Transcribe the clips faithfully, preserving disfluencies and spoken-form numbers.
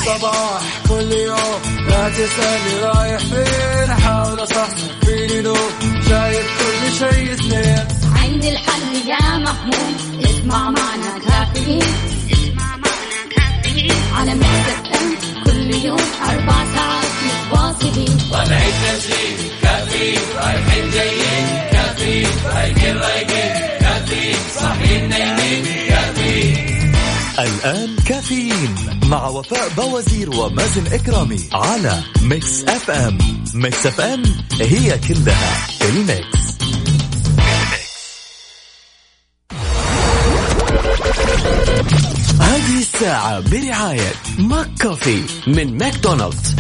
صباح كل يوم لا تسألني رايح فين أحاول أصحصح فيني لو شايف كل شيء سنين عندي الحل يا محمود اسمع معنا كافيين اسمع معنا كافيين على مكتب كل يوم أربع ساعات متواصلين طلعت تسليم كافيين رايحين جايين كافيين رايقين رايقين كافيين صاحيين نايمين كافيين. الآن كافيين مع وفاء بوازير ومازن إكرامي على ميكس أف أم. ميكس أف أم هي كلها الميكس. هذه الساعة برعاية ماك كوفي من ماكدونالدز.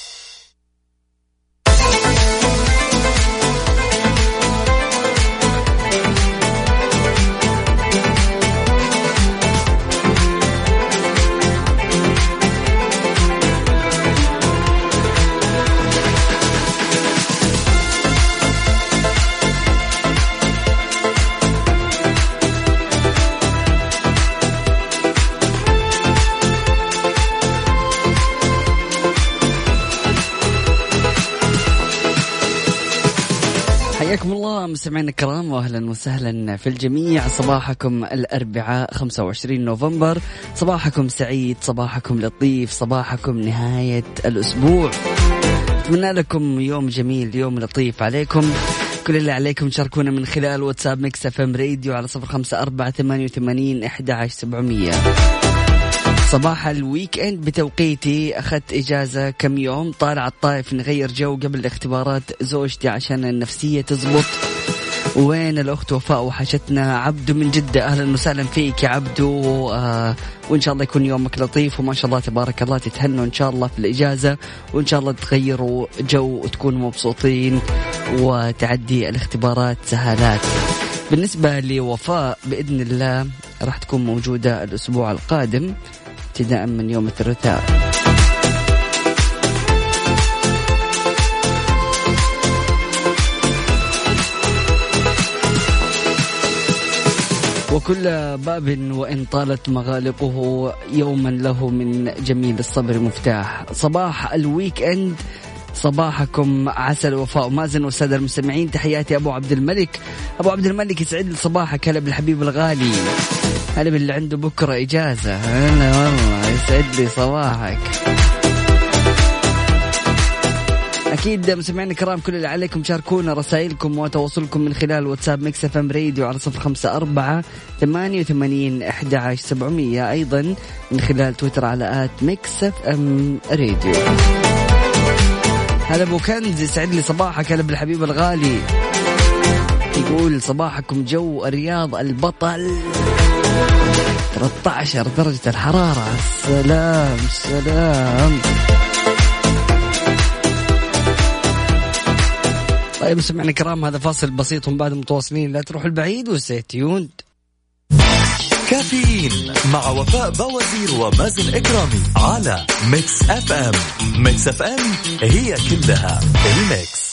حياكم الله مستمعينا الكرام واهلا وسهلا في الجميع. صباحكم الأربعاء خمسة وعشرين نوفمبر، صباحكم سعيد، صباحكم لطيف، صباحكم نهاية الأسبوع. أتمنى لكم يوم جميل، يوم لطيف عليكم. كل اللي عليكم تشاركونا من خلال واتساب ميكس اف ام راديو على صفر خمسة أربعة ثمانية وثمانين أحد عشر سبعمية. صباح الويك اند بتوقيتي، أخذت إجازة كم يوم، طالع الطائف نغير جو قبل اختبارات زوجتي عشان النفسية تزبط. وين الأخت وفاء وحشتنا. عبدو من جدة أهلا وسهلا فيك يا عبدو. آه وإن شاء الله يكون يومك لطيف وما شاء الله تبارك الله تتهنوا إن شاء الله في الإجازة، وإن شاء الله تغيروا جو وتكونوا مبسوطين وتعدي الاختبارات سهالات. بالنسبة لوفاء بإذن الله راح تكون موجودة الأسبوع القادم ابتداء من يوم الثلاثاء. وكل باب وإن طالت مغالقه يوما له من جميل الصبر مفتاح. صباح الويك اند، صباحكم عسل وفاء ومازن والسادة المستمعين. تحياتي أبو عبد الملك. أبو عبد الملك يسعد لي صباحك. هلا بالحبيب الغالي، هلا باللي عنده بكرة إجازة. هلا والله يسعد لي صباحك. أكيد مستمعين الكرام كل اللي عليكم شاركونا رسائلكم وتواصلكم من خلال واتساب ميكس اف ام راديو على صفر خمسة أربعة ثمانية وثمانين أحد عشر سبعمية. أيضا من خلال تويتر على آت ميكس اف ام راديو. هلا أبو كنز يسعد لي صباحك. هلا بالحبيب الغالي، يقول صباحكم جو الرياض البطل، ثلاثة عشر درجة الحرارة. سلام سلام. طيب سمعنا كرام، هذا فاصل بسيط ومن بعد متواصلين، لا تروحوا البعيد وستيوند. كافيين مع وفاء بوازير ومازن إكرامي على ميكس اف ام. ميكس اف ام هي كلها الميكس.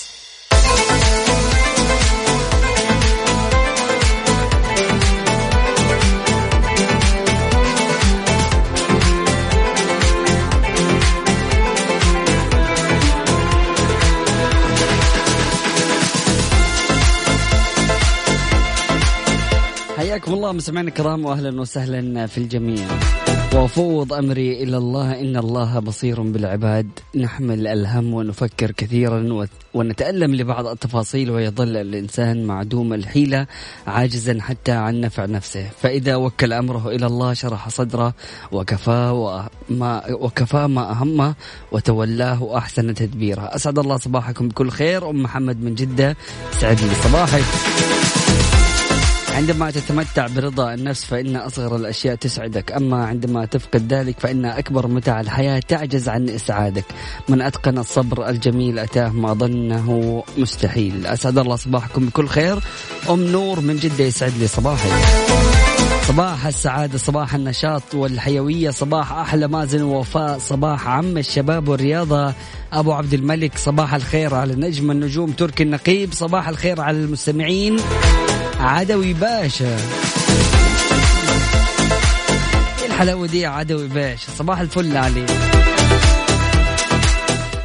حياكم الله مستمعينا الكرام واهلا وسهلا في الجميع. وافوض امري الى الله ان الله بصير بالعباد. نحمل الهم ونفكر كثيرا ونتألم لبعض التفاصيل، ويظل الانسان معدوم الحيلة عاجزا حتى عن نفع نفسه، فاذا وكل امره الى الله شرح صدره وكفاه ما وكفاه ما اهمه وتولاه واحسن تدبيره. اسعد الله صباحكم بكل خير. ام محمد من جدة سعد لي صباحك. عندما تتمتع برضا النفس فإن أصغر الأشياء تسعدك، أما عندما تفقد ذلك فإن أكبر متاع الحياة تعجز عن إسعادك. من أتقن الصبر الجميل أتاه ما ظنه مستحيل. أسعد الله صباحكم بكل خير. أم نور من جدة يسعد لي صباحي. صباح السعادة، صباح النشاط والحيوية، صباح أحلى مازن ووفاء، صباح عم الشباب والرياضة أبو عبد الملك، صباح الخير على نجم النجوم تركي النقيب، صباح الخير على المستمعين عدوي باشا. الحلاوة دي عدوي باشا، صباح الفل عليه.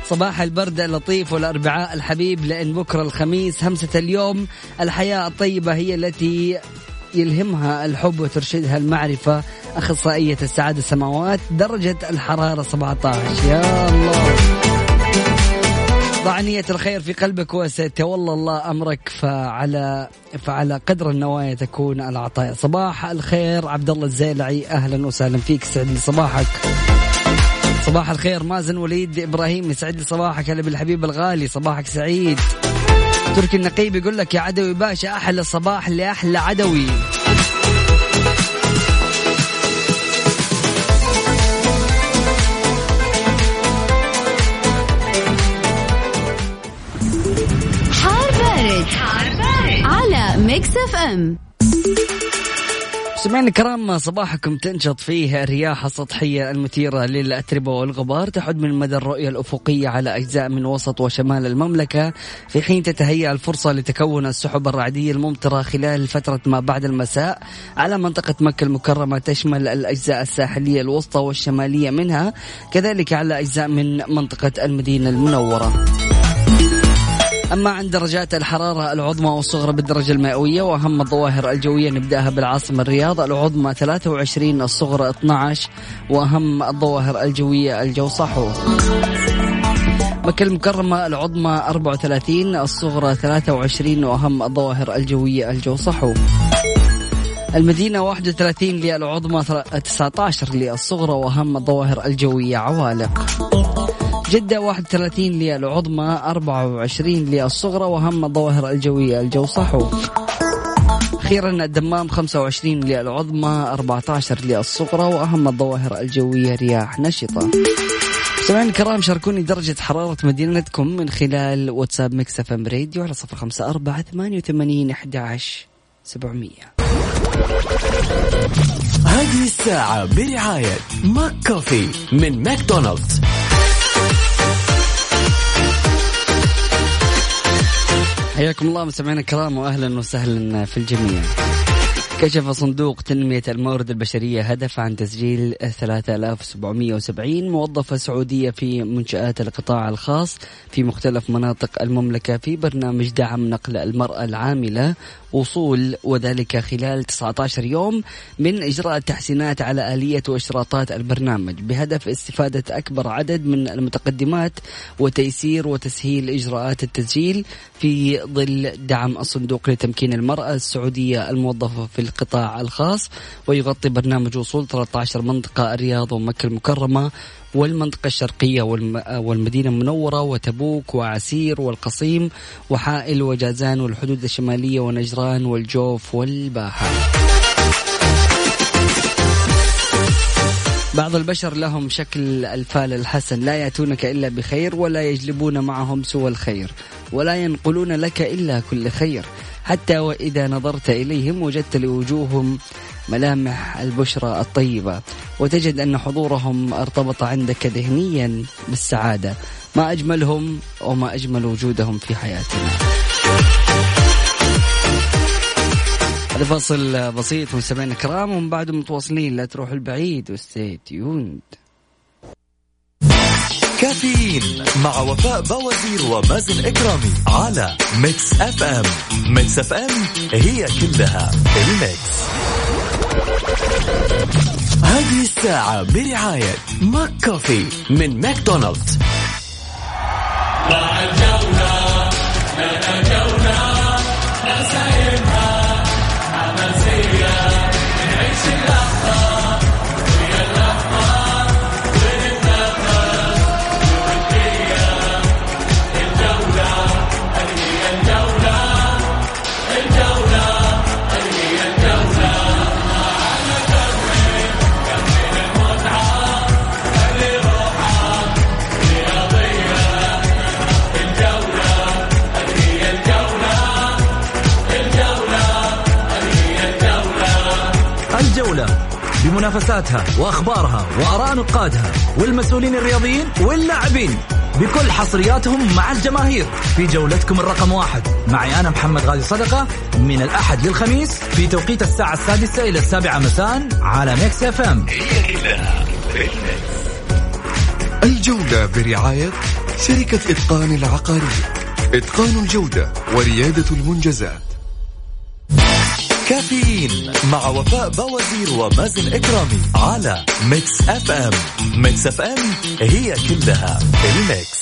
صباح البرد اللطيف والأربعاء الحبيب، لأن بكرة الخميس. همسة اليوم: الحياة الطيبة هي التي يلهمها الحب وترشدها المعرفة. أخصائية السعادة سماوات. درجة الحرارة سبعة عشر. يا الله، ضع نية الخير في قلبك وسيتولى الله أمرك، فعلى فعلى قدر النوايا تكون العطايا. صباح الخير عبد الله الزيلعي، أهلا وسهلا فيك، سعد لي صباحك. صباح الخير مازن وليد إبراهيم، يسعد لي صباحك. هلا بالحبيب الغالي، صباحك سعيد. تركي النقيب يقول لك يا عدوي باشا أحلى صباح لأحلى عدوي. حار بارد, حار بارد على ميكس اف ام. سمعنا الكرام، صباحكم تنشط فيه الرياح السطحية المثيرة للأتربة والغبار، تحد من مدى الرؤية الأفقية على أجزاء من وسط وشمال المملكة، في حين تتهيأ الفرصة لتكون السحب الرعدية الممطرة خلال فترة ما بعد المساء على منطقة مكة المكرمة، تشمل الأجزاء الساحلية الوسطى والشمالية منها، كذلك على أجزاء من منطقة المدينة المنورة. أما عند درجات الحرارة العظمى والصغرى بالدرجة المئوية وأهم الظواهر الجوية، نبدأها بالعاصمة الرياض. العظمى ثلاثة وعشرين، الصغرى اثنا عشر، وأهم الظواهر الجوية الجو صحو. مكة المكرمة العظمى أربعة وثلاثين، الصغرى ثلاثة وعشرين، وأهم الظواهر الجوية الجو صحو. المدينة واحد وثلاثين للعظمى، تسعة عشر للصغرى، وأهم الظواهر الجوية عوالق. جدة واحد وثلاثين للعظمى، أربعة وعشرين للصغرى، وهم الظواهر الجوية الجو صحو. أخيرا الدمام خمسة وعشرين للعظمى، أربعة عشر للصغرى، وأهم الظواهر الجوية رياح نشطة. سمعنا الكرام، شاركوني درجة حرارة مدينتكم من خلال واتساب ميكس اف ام راديو على صفر خمسة أربعة ثمانية وثمانين أحد عشر سبعمية. هذه الساعة برعاية ماك كوفي من ماكدونالدز. حياكم الله مستمعينا الكرام، واهلا وسهلا في الجميع. كشف صندوق تنمية الموارد البشرية هدف عن تسجيل ثلاثة آلاف وسبعمائة وسبعين موظفة سعودية في منشآت القطاع الخاص في مختلف مناطق المملكة في برنامج دعم نقل المرأة العاملة وصول، وذلك خلال تسعة عشر يوم من إجراء التحسينات على آلية وإشراطات البرنامج بهدف استفادة أكبر عدد من المتقدمات وتيسير وتسهيل إجراءات التسجيل في ظل دعم الصندوق لتمكين المرأة السعودية الموظفة في القطاع الخاص. ويغطي برنامج وصول ثلاثة عشر منطقة: الرياض ومكة المكرمة والمنطقة الشرقية والمدينة المنورة وتبوك وعسير والقصيم وحائل وجازان والحدود الشمالية ونجران والجوف والباحة. بعض البشر لهم شكل الفال الحسن، لا يأتونك إلا بخير ولا يجلبون معهم سوى الخير ولا ينقلون لك إلا كل خير، حتى وإذا نظرت إليهم وجدت لوجوههم ملامح البشرى الطيبة، وتجد أن حضورهم ارتبط عندك ذهنيا بالسعادة. ما أجملهم وما أجمل وجودهم في حياتنا. هذا فاصل بسيط مستمعينا الكرام، ومن بعد متواصلين، لا تروحوا البعيد وستي تيوند. كافيين مع وفاء بوازير ومازن إكرامي على ميكس اف ام. ميكس اف ام هي كلها الميكس. هذه الساعة برعاية ماك كوفي من ماكدونالدز. مع الجولة لنا جولة نسايمها حماسية نعيش اللحظة هي اللحظة ونتنفس بودية. الجولة هي الجولة الجولة هي الجولة معنا كمل كمل المتعة خلي روحك رياضية. الجولة هي الجولة الجولة هي الجولة. الجولة بمنافساتها وأخبارها وآراء نقادها والمسؤولين الرياضيين واللاعبين بكل حصرياتهم مع الجماهير في جولتكم الرقم واحد. معي أنا محمد غازي صدقة من الأحد للخميس في توقيت الساعة السادسة إلى السابعة مساء على ميكس اف ام. الجولة برعاية شركة إتقان العقارية، إتقان الجودة وريادة المنجزات. كافيين مع وفاء بوازير ومازن إكرامي على ميكس اف ام. ميكس اف ام هي كلها الميكس.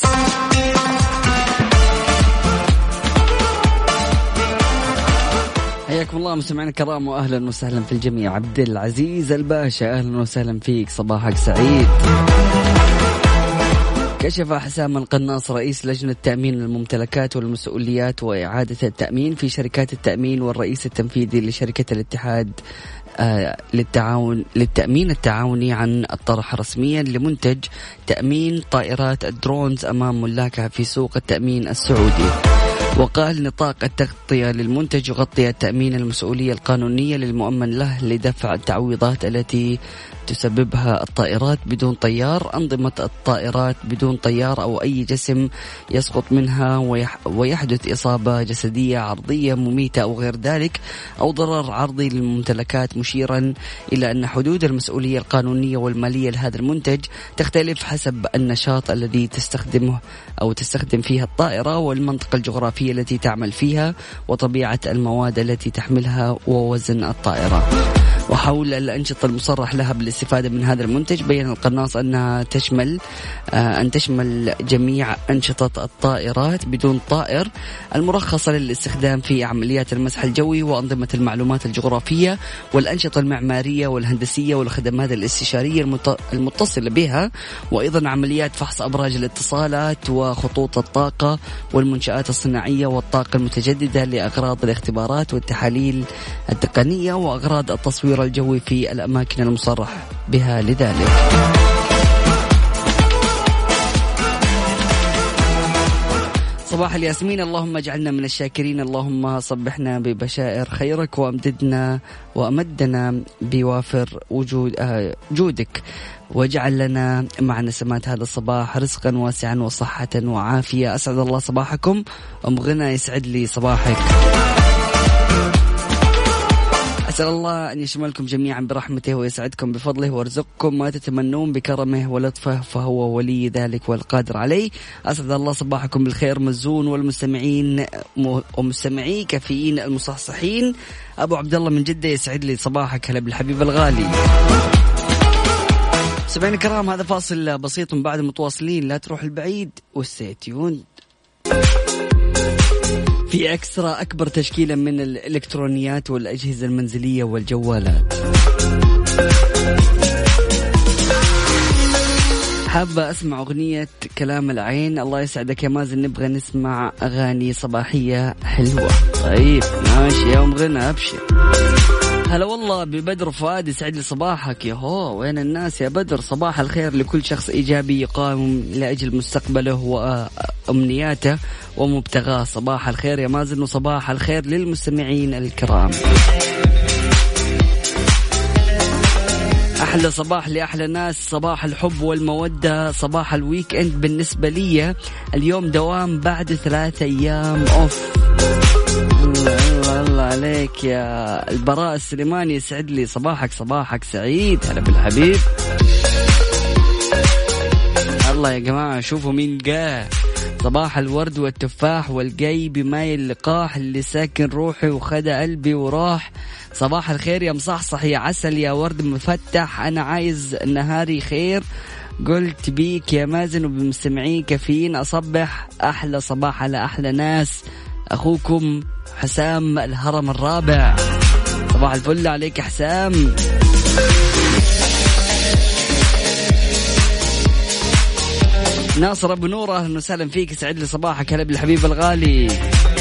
حياكم الله مستمعينا الكرام واهلا وسهلا في الجميع. عبد العزيز الباشا اهلا وسهلا فيك، صباحك سعيد. كشف حسام القناص رئيس لجنة تأمين الممتلكات والمسؤوليات وإعادة التأمين في شركات التأمين والرئيس التنفيذي لشركة الاتحاد آه للتعاون للتأمين التعاوني عن الطرح رسميا لمنتج تأمين طائرات الدرونز أمام ملاكها في سوق التأمين السعودي. وقال نطاق التغطية للمنتج يغطي التأمين المسؤولية القانونية للمؤمن له لدفع التعويضات التي تسببها الطائرات بدون طيار، أنظمة الطائرات بدون طيار أو أي جسم يسقط منها ويحدث إصابة جسدية عرضية مميتة أو غير ذلك أو ضرر عرضي للممتلكات، مشيرا إلى أن حدود المسؤولية القانونية والمالية لهذا المنتج تختلف حسب النشاط الذي تستخدمه أو تستخدم فيها الطائرة والمنطقة الجغرافية التي تعمل فيها وطبيعة المواد التي تحملها ووزن الطائرة. وحول الأنشطة المصرح لها بالاستفادة من هذا المنتج، بيّن القناص أنها تشمل آه أن تشمل جميع أنشطة الطائرات بدون طائر المرخصة للاستخدام في عمليات المسح الجوي وأنظمة المعلومات الجغرافية والأنشطة المعمارية والهندسية والخدمات الاستشارية المتصلة بها، وأيضا عمليات فحص أبراج الاتصالات وخطوط الطاقة والمنشآت الصناعية والطاقة المتجددة لأغراض الاختبارات والتحاليل التقنية وأغراض التصوير الجوي في الأماكن المصرح بها لذلك. صباح الياسمين، اللهم اجعلنا من الشاكرين، اللهم صبحنا ببشائر خيرك وأمددنا وأمدنا بوافر وجود جودك، واجعل لنا مع نسمات هذا الصباح رزقا واسعا وصحة وعافية. أسعد الله صباحكم. أم غنى يسعد لي صباحك. أسأل الله أن يشملكم جميعا برحمته ويسعدكم بفضله ويرزقكم ما تتمنون بكرمه ولطفه، فهو ولي ذلك والقادر عليه. أسعد الله صباحكم بالخير مزون، والمستمعين ومستمعي كافيين المصحصحين. أبو عبد الله من جدة يسعد لي صباحك، هلا بالحبيب الغالي. سمعنا الكرام، هذا فاصل بسيط بعد متواصلين، لا تروح البعيد والسيتيون. في أكسترا أكبر تشكيلة من الإلكترونيات والأجهزة المنزلية والجوالات. حابة أسمع أغنية كلام العين. الله يسعدك يا مازن، نبغى نسمع أغاني صباحية حلوة. طيب ماشي يا أم غنى، أبشر. هلا والله ببدر فؤاد، يسعد لي صباحك. يا هو وين الناس يا بدر؟ صباح الخير لكل شخص إيجابي يقاوم لأجل مستقبله وأمنياته ومبتغاه. صباح الخير يا مازن، وصباح الخير للمستمعين الكرام. أحلى صباح لأحلى ناس، صباح الحب والمودة، صباح الويك اند بالنسبة لي. اليوم دوام بعد ثلاثة أيام أوف. الله الله عليك يا البراء السليماني، يسعد لي صباحك، صباحك سعيد. هلا بالحبيب. الله يا جماعة شوفوا مين جاء. صباح الورد والتفاح والجاي بماي اللقاح اللي ساكن روحي وخد قلبي وراح. صباح الخير يا مصحصح يا عسل يا ورد مفتح، أنا عايز نهاري خير. قلت بيك يا مازن وبمستمعين كافيين أصبح أحلى صباح على أحلى ناس. أخوكم حسام الهرم الرابع. صباح الفل عليك حسام. ناصر أبو نور أهلا وسهلا فيك، يسعد لي صباحك، هلا بالحبيب الغالي.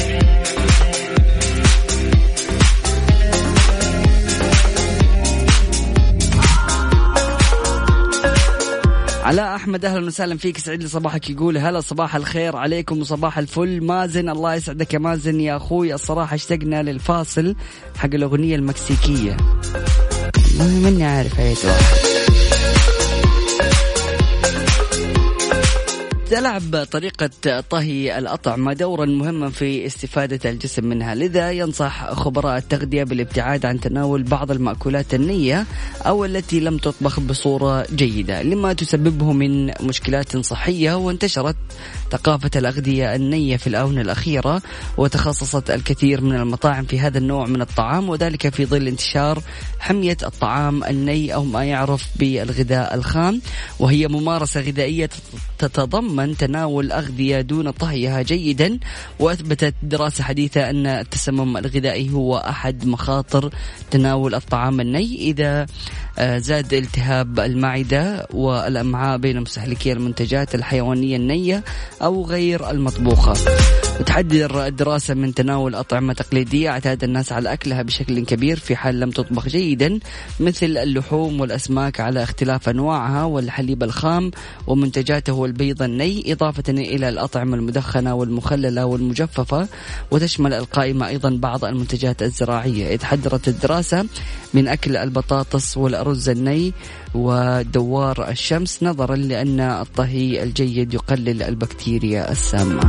علاء أحمد أهلا وسهلا فيك، يسعد لي صباحك، يقول هلا صباح الخير عليكم وصباح الفل. مازن الله يسعدك يا مازن يا أخوي، الصراحة اشتقنا للفاصل حق الأغنية المكسيكية، ما مني عارف أي واحد. تلعب طريقة طهي الأطعمة دورا مهما في استفادة الجسم منها، لذا ينصح خبراء التغذية بالابتعاد عن تناول بعض المأكولات النية أو التي لم تطبخ بصورة جيدة لما تسببه من مشكلات صحية. وانتشرت ثقافة الأغذية النية في الآونة الأخيرة، وتخصصت الكثير من المطاعم في هذا النوع من الطعام، وذلك في ظل انتشار حمية الطعام الني أو ما يعرف بالغذاء الخام، وهي ممارسة غذائية تتضمن تناول أغذية دون طهيها جيدا. وأثبتت دراسة حديثة أن التسمم الغذائي هو أحد مخاطر تناول الطعام الني إذا زاد التهاب المعدة والأمعاء بين مستهلكي المنتجات الحيوانية النية أو غير المطبوخة. وتحذر الدراسة من تناول أطعمة تقليدية اعتاد الناس على أكلها بشكل كبير في حال لم تطبخ جيدا، مثل اللحوم والأسماك على اختلاف أنواعها والحليب الخام ومنتجاته والبيض الني، إضافة إلى الأطعمة المدخنة والمخللة والمجففة. وتشمل القائمة أيضا بعض المنتجات الزراعية. اتحذرت الدراسة من أكل البطاطس والأرز الني ودوار الشمس نظرا لأن الطهي الجيد يقلل البكتيريا السامة.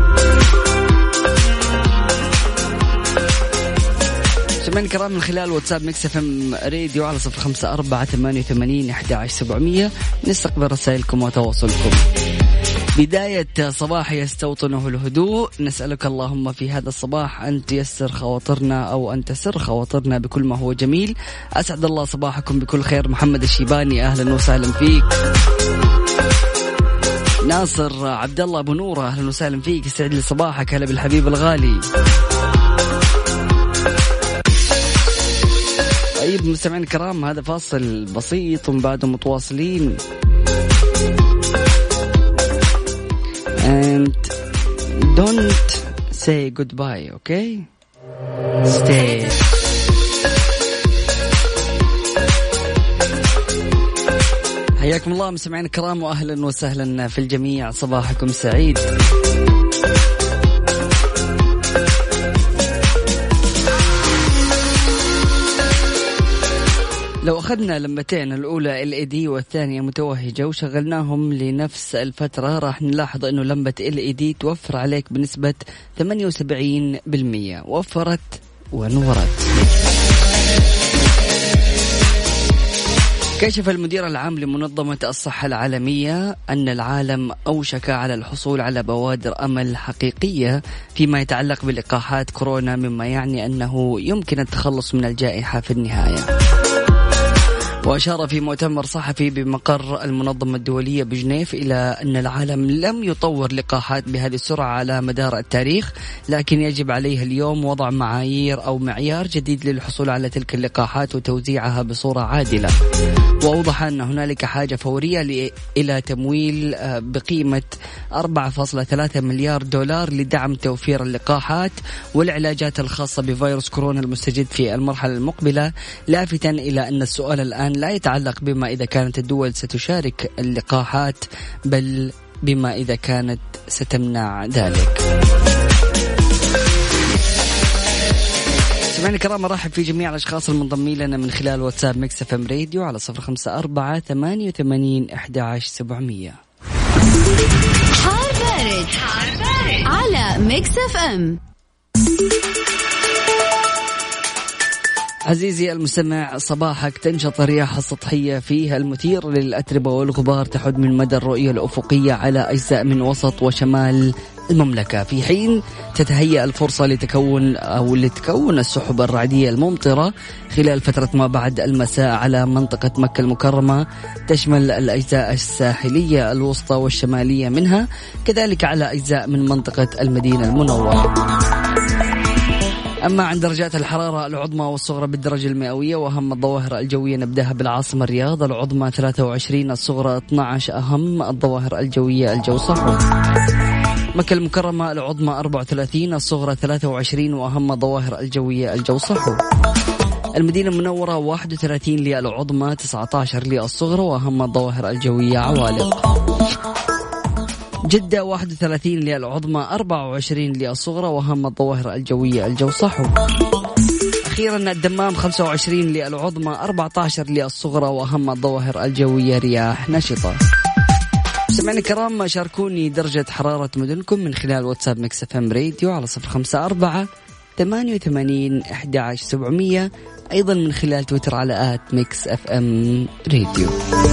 سمعنا الكرام من خلال واتساب ميكس اف ام راديو على صفر خمسة أربعة ثمانية وثمانين أحد عشر سبعمية. نستقبل رسائلكم وتواصلكم. بداية صباح يستوطنه الهدوء، نسألك اللهم في هذا الصباح أن تيسر خواطرنا أو أن تسر خواطرنا بكل ما هو جميل. أسعد الله صباحكم بكل خير. محمد الشيباني أهلا وسهلا فيك. ناصر عبد الله أبو نورة أهلا وسهلا فيك، يسعد لي صباحك. هلا بالحبيب الغالي. طيب مستمعين الكرام، هذا فاصل بسيط ومن بعده متواصلين. And don't say goodbye, okay? Stay. حياكم الله مستمعين الكرام وأهلا وسهلا في الجميع، صباحكم سعيد. لو أخذنا لمتين الأولى إل إي دي والثانية متوهجة وشغلناهم لنفس الفترة راح نلاحظ أنه لمبة إل إي دي توفر عليك بنسبة ثمانية وسبعين بالمئة. وفرت ونورت. كشف المدير العام لمنظمة الصحة العالمية أن العالم أوشك على الحصول على بوادر أمل حقيقية فيما يتعلق بلقاحات كورونا، مما يعني أنه يمكن التخلص من الجائحة في النهاية. وأشار في مؤتمر صحفي بمقر المنظمة الدولية بجنيف إلى أن العالم لم يطور لقاحات بهذه السرعة على مدار التاريخ، لكن يجب عليه اليوم وضع معايير أو معيار جديد للحصول على تلك اللقاحات وتوزيعها بصورة عادلة. وأوضح أن هنالك حاجة فورية إلى تمويل بقيمة أربعة فاصلة ثلاثة مليار دولار لدعم توفير اللقاحات والعلاجات الخاصة بفيروس كورونا المستجد في المرحلة المقبلة، لافتاً إلى أن السؤال الآن لا يتعلق بما إذا كانت الدول ستشارك اللقاحات، بل بما إذا كانت ستمنع ذلك. سمعنا الكرام، رحب في جميع الأشخاص المنضمين لنا من خلال واتساب ميكس اف ام راديو على صفر خمسة أربعة ثمانية وثمانين أحد عشر سبعمية. حار بارد, حار بارد على ميكس اف ام. عزيزي المستمع، صباحك تنشط الرياح السطحية فيها المثير للأتربة والغبار تحد من مدى الرؤية الأفقية على أجزاء من وسط وشمال المملكة، في حين تتهيأ الفرصة لتكون أو لتكون السحب الرعدية الممطرة خلال فترة ما بعد المساء على منطقة مكة المكرمة، تشمل الأجزاء الساحلية الوسطى والشمالية منها، كذلك على أجزاء من منطقة المدينة المنورة. أما عن درجات الحرارة العظمى والصغرى بالدرجة المئوية وأهم الظواهر الجوية نبدأها بالعاصمة الرياض، العظمى ثلاثة وعشرين، الصغرى اثنا عشر. أهم الظواهر الجوية الجو صحو. مكة المكرمة العظمى أربعة وثلاثين، الصغرى ثلاثة وعشرين، وأهم الظواهر الجوية الجو صحو. المدينة المنورة واحد وثلاثين للعظمى، تسعة عشر للصغرى، وأهم الظواهر الجوية عوالق. جدة واحد وثلاثين للعظمى، أربعة وعشرين للصغرى، وأهم الظواهر الجوية الجو صحو. أخيرا الدمام خمسة وعشرين للعظمى، أربعة عشر للصغرى، وأهم الظواهر الجوية رياح نشطة. سمعنا الكرام، شاركوني درجة حرارة مدنكم من خلال واتساب ميكس اف ام راديو على صفر خمسة أربعة ثمانية وثمانين أحد عشر سبعمية، أيضا من خلال تويتر على آت ميكس اف ام راديو.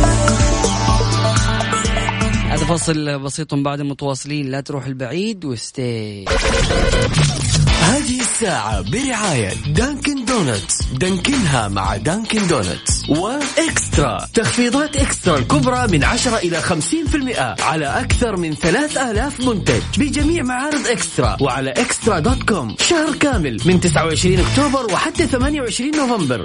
هذا فصل بسيط بعد متواصلين، لا تروح البعيد وستي. هذه الساعة برعاية دانكن دونتس، دانكنها مع دانكن دونتس. وإكسترا، تخفيضات إكسترا الكبرى من عشرة إلى خمسين بالمئة على أكثر من ثلاث آلاف منتج بجميع معارض إكسترا وعلى إكسترا دوت كوم. شهر كامل من تسعة وعشرين أكتوبر وحتى ثمانية وعشرين نوفمبر.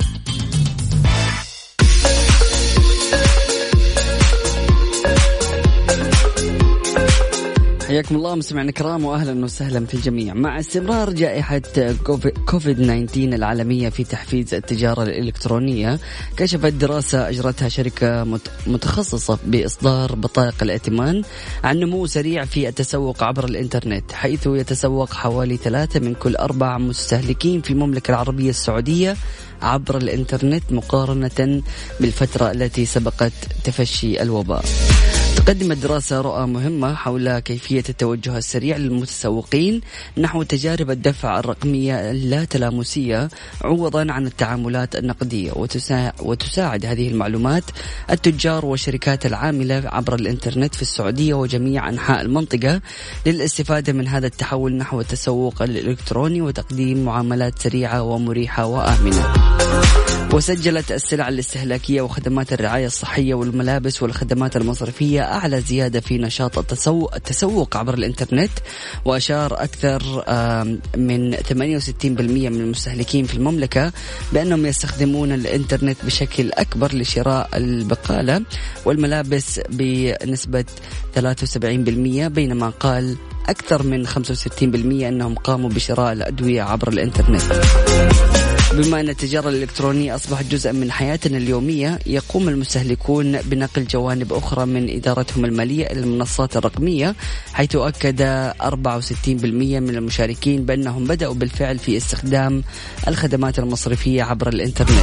حياكم الله مستمعينا الكرام واهلا وسهلا في الجميع. مع استمرار جائحة كوفيد تسعة عشر العالمية في تحفيز التجارة الإلكترونية، كشفت دراسة أجرتها شركة متخصصة بإصدار بطاقة الائتمان عن نمو سريع في التسوق عبر الإنترنت، حيث يتسوق حوالي ثلاثة من كل أربع مستهلكين في المملكة العربية السعودية عبر الإنترنت مقارنة بالفترة التي سبقت تفشي الوباء. تقدمت دراسة رؤى مهمة حول كيفية التوجه السريع للمتسوقين نحو تجارب الدفع الرقمية اللا تلامسية عوضا عن التعاملات النقدية، وتساعد هذه المعلومات التجار والشركات العاملة عبر الإنترنت في السعودية وجميع أنحاء المنطقة للاستفادة من هذا التحول نحو التسوق الإلكتروني وتقديم معاملات سريعة ومريحة وآمنة. وسجلت السلع الاستهلاكية وخدمات الرعاية الصحية والملابس والخدمات المصرفية أعلى زيادة في نشاط التسوق, التسوق عبر الإنترنت، وأشار أكثر من ثمانية وستين بالمئة من المستهلكين في المملكة بأنهم يستخدمون الإنترنت بشكل أكبر لشراء البقالة والملابس بنسبة ثلاثة وسبعين بالمئة، بينما قال أكثر من خمسة وستين بالمئة أنهم قاموا بشراء الأدوية عبر الإنترنت. بما أن التجارة الإلكترونية أصبحت جزءا من حياتنا اليومية، يقوم المستهلكون بنقل جوانب أخرى من إدارتهم المالية إلى المنصات الرقمية، حيث أكد أربعة وستين بالمئة من المشاركين بأنهم بدأوا بالفعل في استخدام الخدمات المصرفية عبر الإنترنت.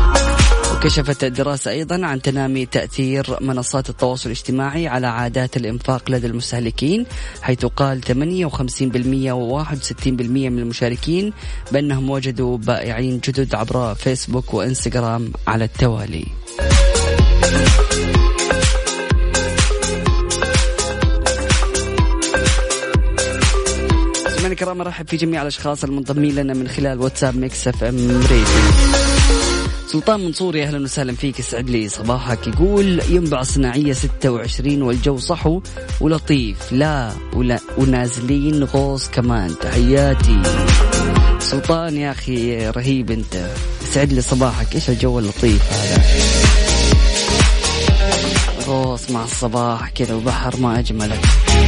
وكشفت الدراسة أيضا عن تنامي تأثير منصات التواصل الاجتماعي على عادات الإنفاق لدى المستهلكين، حيث قال ثمانية وخمسين بالمئة وواحد وستين بالمئة من المشاركين بأنهم وجدوا بائعين جدد عبر فيسبوك وإنستغرام على التوالي. سمعنا الكرام، مرحب في جميع الأشخاص المنضمين لنا من خلال واتساب ميكس اف ام راديو. سلطان منصور، أهلا وسهلا فيك، يسعد لي صباحك. يقول ينبع صناعية ستة وعشرين والجو صحو ولطيف، لا ولا ونازلين غوص كمان. تحياتي سلطان يا أخي، رهيب أنت، يسعد لي صباحك. إيش الجو اللطيف هذا، غوص مع الصباح كذا وبحر، ما أجملك.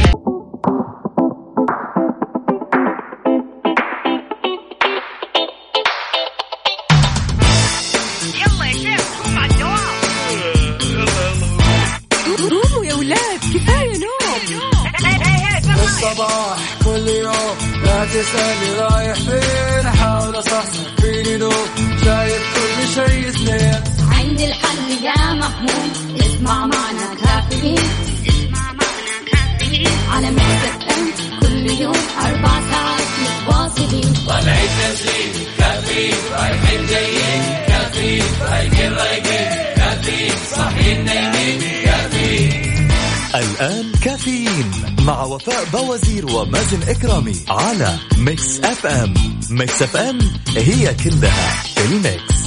الصباح كل يوم لا تسألني رايح فين، أحاول أصحصح فيني نوم، شايف كل شيء سنين. عندي الحل يا محمود، اسمع معنا كافيين، اسمع معنا كافيين على مكتب أنت كل يوم أربع ساعات متواصلين. طلعت تسليم كافيين، رايحين جايين كافيين، رايقين رايقين كافيين، صاحيين نايمين كافيين. الآن كافيين مع وفاء بوازير ومازن إكرامي على ميكس اف ام. ميكس اف ام هي كلها الميكس.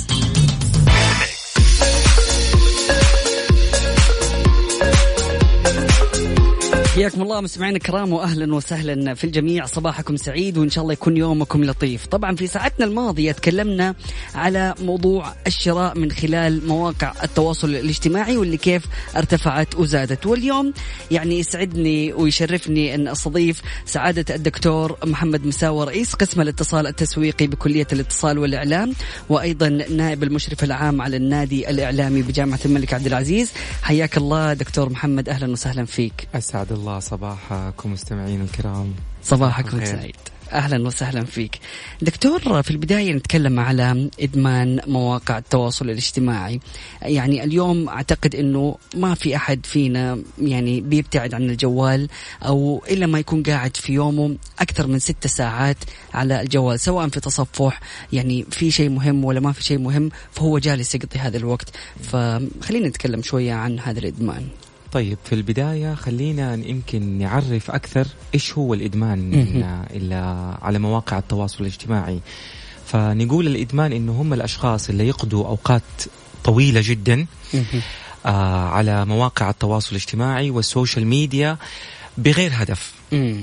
حياكم الله مستمعينا الكرام واهلا وسهلا في الجميع، صباحكم سعيد وان شاء الله يكون يومكم لطيف. طبعا في ساعتنا الماضيه تكلمنا على موضوع الشراء من خلال مواقع التواصل الاجتماعي واللي كيف ارتفعت وزادت، واليوم يعني يسعدني ويشرفني ان استضيف سعاده الدكتور محمد مساوي، رئيس قسم الاتصال التسويقي بكليه الاتصال والاعلام، وايضا نائب المشرف العام على النادي الاعلامي بجامعه الملك عبد العزيز. حياك الله دكتور محمد، اهلا وسهلا فيك. اسعد الله صباحكم مستمعين الكرام. صباحكم سعيد. أهلا وسهلا فيك دكتور. في البداية نتكلم على إدمان مواقع التواصل الاجتماعي. يعني اليوم أعتقد أنه ما في أحد فينا يعني بيبتعد عن الجوال أو إلا ما يكون قاعد في يومه أكثر من ست ساعات على الجوال، سواء في تصفح يعني في شيء مهم ولا ما في شيء مهم، فهو جالس يقضي هذا الوقت. فخلينا نتكلم شوية عن هذا الإدمان. طيب في البداية خلينا يمكن نعرف أكثر إيش هو الإدمان إلا على مواقع التواصل الاجتماعي. فنقول الإدمان إنه هم الأشخاص اللي يقضوا أوقات طويلة جدا آه على مواقع التواصل الاجتماعي والسوشيال ميديا بغير هدف.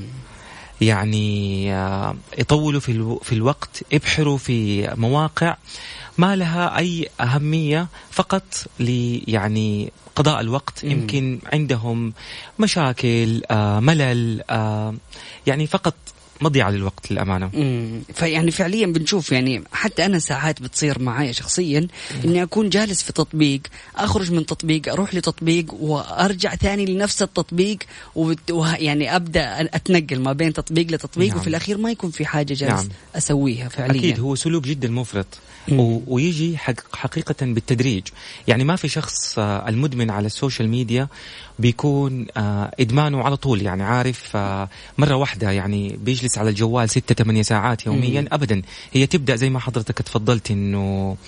يعني آه يطولوا في, الو في الوقت، يبحروا في مواقع ما لها أي أهمية، فقط لي يعني قضاء الوقت. مم. يمكن عندهم مشاكل، آه ملل، آه يعني فقط مضيعة للوقت للأمانة. امم فيعني فعليا بنشوف يعني حتى أنا ساعات بتصير معايا شخصيا مم. إني أكون جالس في تطبيق، أخرج من تطبيق أروح لتطبيق وأرجع ثاني لنفس التطبيق، ويعني أبدأ أتنقل ما بين تطبيق لتطبيق. نعم. وفي الأخير ما يكون في حاجة جالس نعم. أسويها فعليا. أكيد هو سلوك جدا مفرط ويجي حق حقيقة بالتدريج. يعني ما في شخص المدمن على السوشيال ميديا بيكون إدمانه على طول، يعني عارف مرة واحدة يعني بيجلس على الجوال ستة ثمانية ساعات يوميا. مم. أبدا، هي تبدأ زي ما حضرتك تفضلت إنه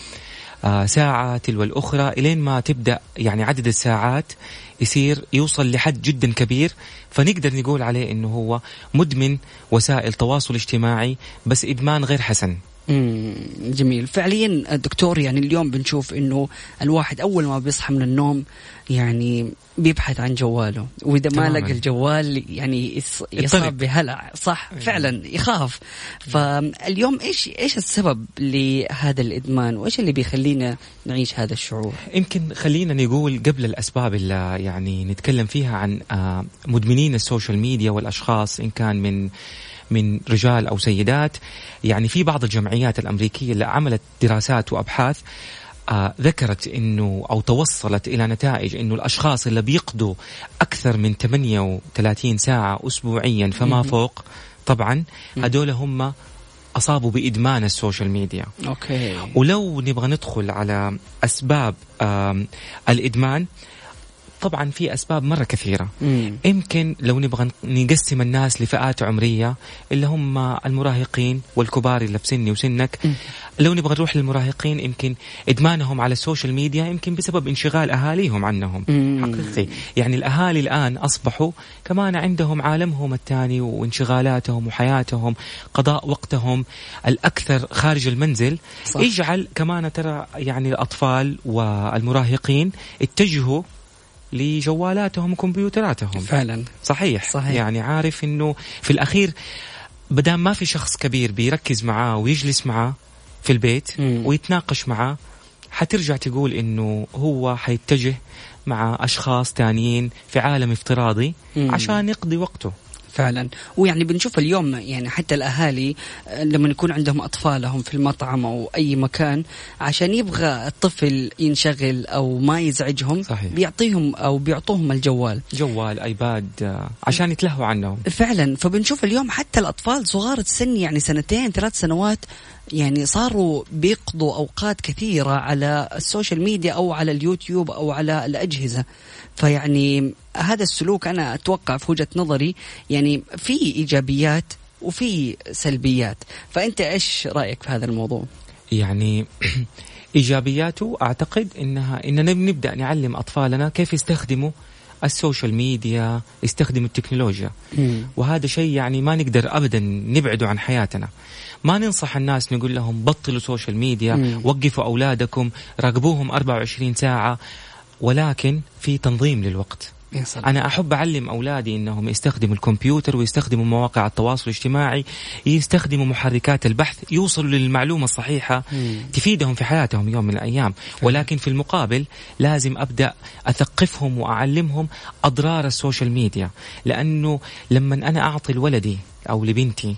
ساعة تلو الأخرى إلين ما تبدأ يعني عدد الساعات يصير يوصل لحد جدا كبير، فنقدر نقول عليه إنه هو مدمن وسائل تواصل اجتماعي، بس إدمان غير حسن. امم جميل فعليا دكتور. يعني اليوم بنشوف انه الواحد اول ما بيصحى من النوم يعني بيبحث عن جواله، واذا ما لقى الجوال يعني يصاب بهلع. صح فعلا يخاف. فاليوم ايش ايش السبب لهذا الادمان وايش اللي بيخلينا نعيش هذا الشعور؟ يمكن خلينا نقول قبل الاسباب اللي يعني نتكلم فيها عن مدمنين السوشيال ميديا والاشخاص ان كان من من رجال أو سيدات. يعني في بعض الجمعيات الأمريكية اللي عملت دراسات وأبحاث آه ذكرت إنه أو توصلت إلى نتائج إنه الأشخاص اللي بيقضوا أكثر من ثمانية وثلاثين ساعة أسبوعيا فما فوق، طبعا هدول هم أصابوا بإدمان السوشيال ميديا. أوكي. ولو نبغى ندخل على أسباب آه الإدمان، طبعا في أسباب مرة كثيرة. مم. يمكن لو نبغى نقسم الناس لفئات عمرية اللي هم المراهقين والكبار اللي بسني وسنك. مم. لو نبغى نروح للمراهقين، يمكن إدمانهم على السوشيال ميديا يمكن بسبب انشغال أهاليهم عنهم. مم. حقيقي يعني الأهالي الآن أصبحوا كمان عندهم عالمهم الثاني وانشغالاتهم وحياتهم، قضاء وقتهم الأكثر خارج المنزل. صح. يجعل كمان ترى يعني الأطفال والمراهقين اتجهوا لجوالاتهم وكمبيوتراتهم. فعلا صحيح. صحيح. يعني عارف انه في الاخير بدام ما في شخص كبير بيركز معاه ويجلس معاه في البيت مم. ويتناقش معاه، حترجع تقول انه هو حيتجه مع اشخاص تانيين في عالم افتراضي مم. عشان يقضي وقته. فعلا. ويعني بنشوف اليوم يعني حتى الأهالي لما يكون عندهم أطفالهم في المطعم أو أي مكان، عشان يبغى الطفل ينشغل أو ما يزعجهم، صحيح. بيعطيهم أو بيعطوهم الجوال، جوال ايباد عشان يتلهوا عنهم. فعلا. فبنشوف اليوم حتى الأطفال صغار السن يعني سنتين ثلاث سنوات يعني صاروا بيقضوا أوقات كثيرة على السوشيال ميديا أو على اليوتيوب أو على الأجهزة. فيعني هذا السلوك أنا أتوقع في وجهة نظري يعني في إيجابيات وفي سلبيات. فأنت إيش رأيك في هذا الموضوع؟ يعني إيجابياته أعتقد إنها إننا نبدأ نعلم أطفالنا كيف يستخدموا السوشيال ميديا، يستخدموا التكنولوجيا. مم. وهذا شيء يعني ما نقدر أبدا نبعده عن حياتنا. ما ننصح الناس نقول لهم بطلوا سوشيال ميديا، مم. وقفوا أولادكم، راقبوهم أربعة وعشرين ساعة، ولكن في تنظيم للوقت. يصل. أنا أحب أعلم أولادي إنهم يستخدموا الكمبيوتر ويستخدموا مواقع التواصل الاجتماعي، يستخدموا محركات البحث، يوصلوا للمعلومة الصحيحة مم. تفيدهم في حياتهم يوم من الأيام. ولكن في المقابل لازم أبدأ أثقفهم وأعلمهم أضرار السوشيال ميديا، لأنه لما أنا أعطي لولدي أو لبنتي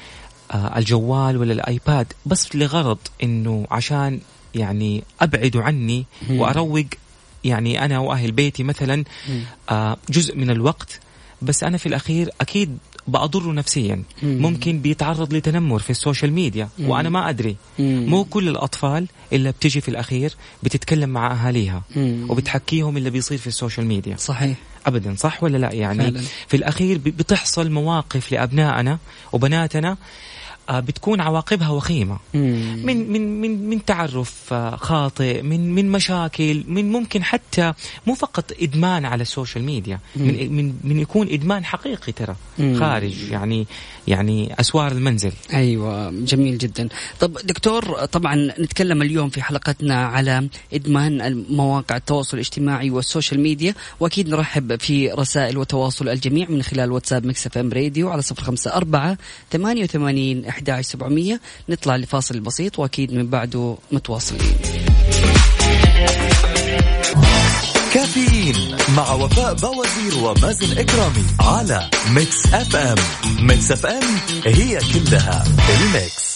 آه الجوال ولا الآيباد بس لغرض إنه عشان يعني أبعدوا عني مم. وأروق يعني أنا وأهل بيتي مثلا آه جزء من الوقت، بس أنا في الأخير أكيد بأضره نفسيا. ممكن بيتعرض لتنمر في السوشيال ميديا وأنا ما أدري. مو كل الأطفال إلا بتجي في الأخير بتتكلم مع أهاليها وبتحكيهم اللي بيصير في السوشيال ميديا. صحيح أبدا، صح ولا لا؟ يعني فعلا. في الأخير بتحصل مواقف لأبنائنا وبناتنا بتكون عواقبها وخيمة، من من من من تعرف خاطئ، من من مشاكل، من ممكن حتى مو فقط إدمان على السوشيال ميديا، من من من يكون إدمان حقيقي ترى خارج يعني يعني أسوار المنزل. أيوة جميل جدا. طب دكتور، طبعا نتكلم اليوم في حلقتنا على إدمان مواقع التواصل الاجتماعي والسوشيال ميديا، وأكيد نرحب في رسائل وتواصل الجميع من خلال واتساب ميكس اف ام راديو على صفر خمسة أربعة ثمانية وثمانين أحد عشر سبعمية. نطلع لفاصل بسيط وأكيد من بعده متواصلين. كافيين مع وفاء بوازير ومازن إكرامي على ميكس اف ام. ميكس اف ام هي كلها الميكس.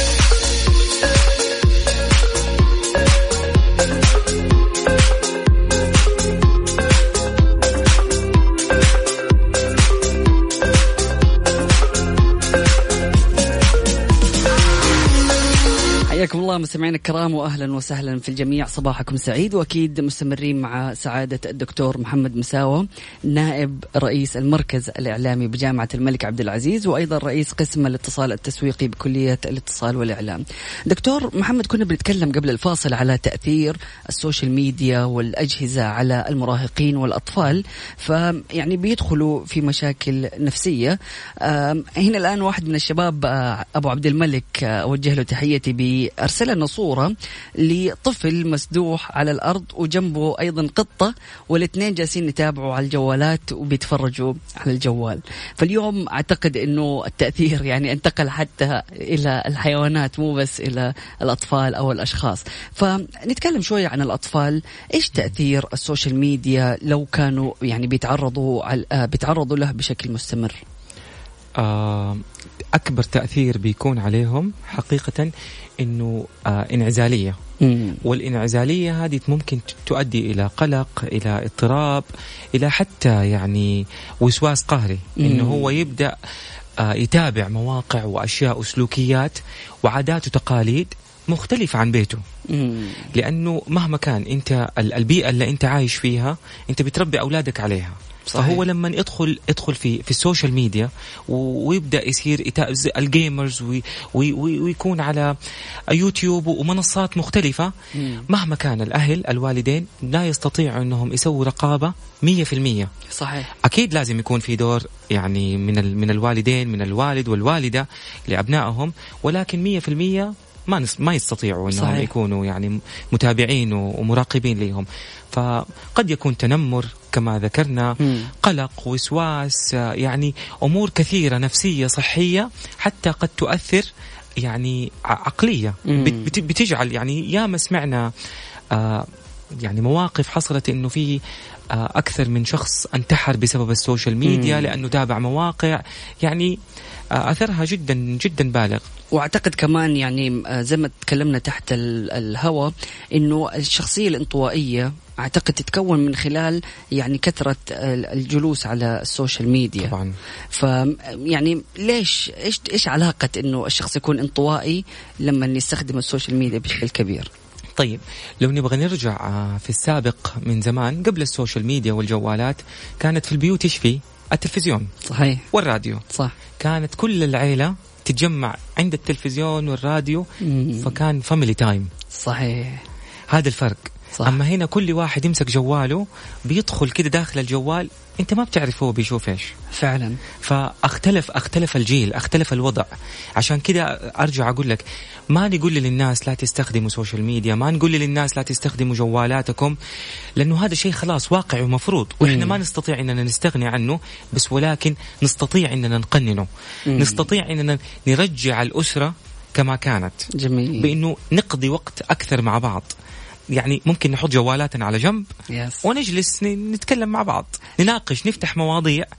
حياكم الله مستمعينا الكرام واهلا وسهلا في الجميع، صباحكم سعيد. واكيد مستمرين مع سعاده الدكتور محمد مساوة، نائب رئيس المركز الاعلامي بجامعه الملك عبد العزيز، وايضا رئيس قسم الاتصال التسويقي بكليه الاتصال والاعلام. دكتور محمد، كنا بنتكلم قبل الفاصل على تاثير السوشيال ميديا والاجهزه على المراهقين والاطفال، فيعني بيدخلوا في مشاكل نفسيه. هنا الان واحد من الشباب ابو عبد الملك اوجه له تحيتي ب أرسل لنا صورة لطفل مسدوح على الأرض وجنبه أيضا قطة، والاثنين جالسين يتابعوا على الجوالات وبيتفرجوا على الجوال. فاليوم أعتقد أنه التأثير يعني انتقل حتى إلى الحيوانات، مو بس إلى الأطفال أو الأشخاص. فنتكلم شوية عن الأطفال. إيش تأثير السوشيال ميديا لو كانوا يعني بيتعرضوا على بيتعرضوا له بشكل مستمر؟ آه أكبر تأثير بيكون عليهم حقيقة إنه آه انعزالية. مم. والانعزالية هذه ممكن تؤدي إلى قلق، إلى اضطراب، إلى حتى يعني وسواس قهري. مم. إنه هو يبدأ آه يتابع مواقع وأشياء وسلوكيات وعادات وتقاليد مختلفة عن بيته. مم. لأنه مهما كان أنت البيئة اللي أنت عايش فيها أنت بتربي أولادك عليها. صحيح. فهو لما يدخل يدخل في في السوشيال ميديا ويبدا يصير الجيمرز وي وي ويكون على يوتيوب ومنصات مختلفه، مم. مهما كان الاهل الوالدين لا يستطيعوا انهم يسووا رقابه مية في المية. صحيح. اكيد لازم يكون في دور يعني من من الوالدين، من الوالد والوالده لابنائهم، ولكن مية في المية ما ما يستطيعوا انهم صحيح. يكونوا يعني متابعين ومراقبين لهم. فقد يكون تنمر كما ذكرنا، مم. قلق، وسواس، يعني أمور كثيرة نفسية صحية، حتى قد تؤثر يعني عقلية. بت بتجعل يعني ياما سمعنا آه يعني مواقف حصلت إنه في آه أكثر من شخص انتحر بسبب السوشيال ميديا، مم. لأنه تابع مواقع يعني آه أثرها جدا جدا بالغ. واعتقد كمان يعني زي ما تكلمنا تحت الهواء انه الشخصيه الانطوائيه اعتقد تتكون من خلال يعني كثره الجلوس على السوشيال ميديا طبعا. ف يعني ليش ايش ايش علاقه انه الشخص يكون انطوائي لما يستخدم السوشيال ميديا بشكل كبير؟ طيب لو نبغى نرجع في السابق من زمان قبل السوشيال ميديا والجوالات، كانت في البيوت ايش في؟ التلفزيون صحيح والراديو. صح. كانت كل العيلة تتجمع عند التلفزيون والراديو، مم. فكان فاميلي تايم. صحيح. هذا الفرق. صح. أما هنا كل واحد يمسك جواله بيدخل كده داخل الجوال، أنت ما بتعرف هو بيشوف إيش فعلا. فاختلف اختلف الجيل، اختلف الوضع. عشان كده أرجع أقول لك ما نقول للناس لا تستخدموا سوشيال ميديا، ما نقول للناس لا تستخدموا جوالاتكم، لأنه هذا شيء خلاص واقع ومفروض، وإحنا ما نستطيع أننا نستغني عنه، بس ولكن نستطيع أننا نقننه. مم. نستطيع أننا نرجع الأسرة كما كانت. جميل. بأنه نقضي وقت أكثر مع بعض. يعني ممكن نحط جوالاتنا على جنب، yes. ونجلس نتكلم مع بعض، نناقش، نفتح مواضيع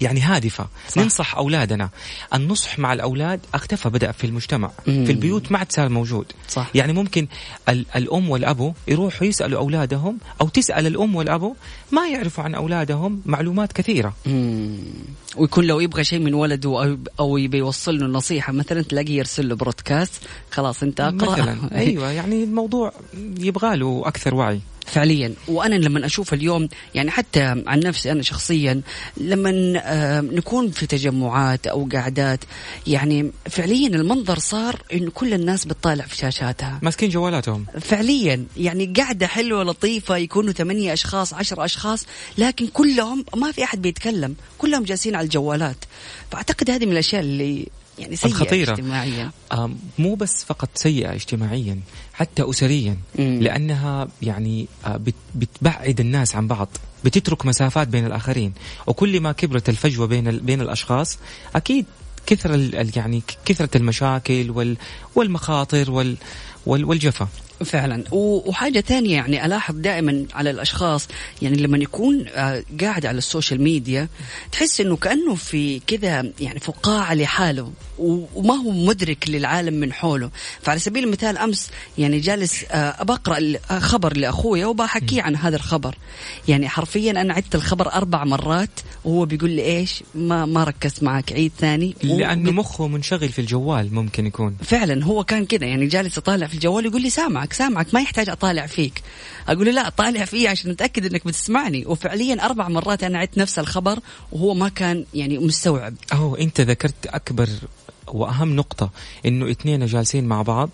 يعني هادفة. صح. ننصح أولادنا. النصح مع الأولاد اختفى، بدأ في المجتمع. مم. في البيوت ما عاد صار موجود. صح. يعني ممكن ال- الأم والأبو يروحوا يسألوا أولادهم، أو تسأل الأم والأبو، ما يعرفوا عن أولادهم معلومات كثيرة. مم. ويكون لو يبغى شيء من ولده أو أو يبي يوصل له نصيحة مثلا، تلاقيه يرسل له برودكاست، خلاص أنت أقرأ. مثلا أيوة، يعني الموضوع يبغى له أكثر وعي فعليا. وأنا لما أشوف اليوم يعني حتى عن نفسي أنا شخصيا، لما نكون في تجمعات أو قعدات، يعني فعليا المنظر صار إنه كل الناس بتطالع في شاشاتها، ماسكين جوالاتهم فعليا. يعني قاعدة حلوة لطيفة، يكونوا ثمانية أشخاص عشر أشخاص، لكن كلهم ما في أحد بيتكلم، كلهم جالسين على الجوالات. فأعتقد هذه من الأشياء اللي يعني سيئة الخطيرة اجتماعيا. مو بس فقط سيئة اجتماعيا، حتى أسريا. مم. لأنها يعني بتبعد الناس عن بعض، بتترك مسافات بين الآخرين. وكل ما كبرت الفجوة بين بين الأشخاص، أكيد كثر يعني كثرة المشاكل وال والمخاطر وال والجفا. فعلا. وحاجة تانية يعني ألاحظ دائما على الأشخاص، يعني لما يكون قاعد على السوشيال ميديا، تحس إنه كأنه في كذا يعني فقاعة لحاله، وما هو مدرك للعالم من حوله. فعلى سبيل المثال أمس يعني جالس بقرأ خبر لأخويا وبحكيه عن هذا الخبر، يعني حرفيا أنا عدت الخبر أربع مرات وهو بيقول لي إيش ما ما ركزت معك، عيد ثاني. لأنه مخه منشغل في الجوال، ممكن يكون فعلا هو كان كذا، يعني جالس أطالع في الجوال يقول لي سامعك سامعك ما يحتاج أطالع فيك. أقول له لا، أطالع فيه عشان أتأكد أنك بتسمعني. وفعليا أربع مرات أنا عدت نفس الخبر وهو ما كان يعني مستوعب. أهو أنت ذكرت أكبر وأهم نقطة، إنه اثنين جالسين مع بعض،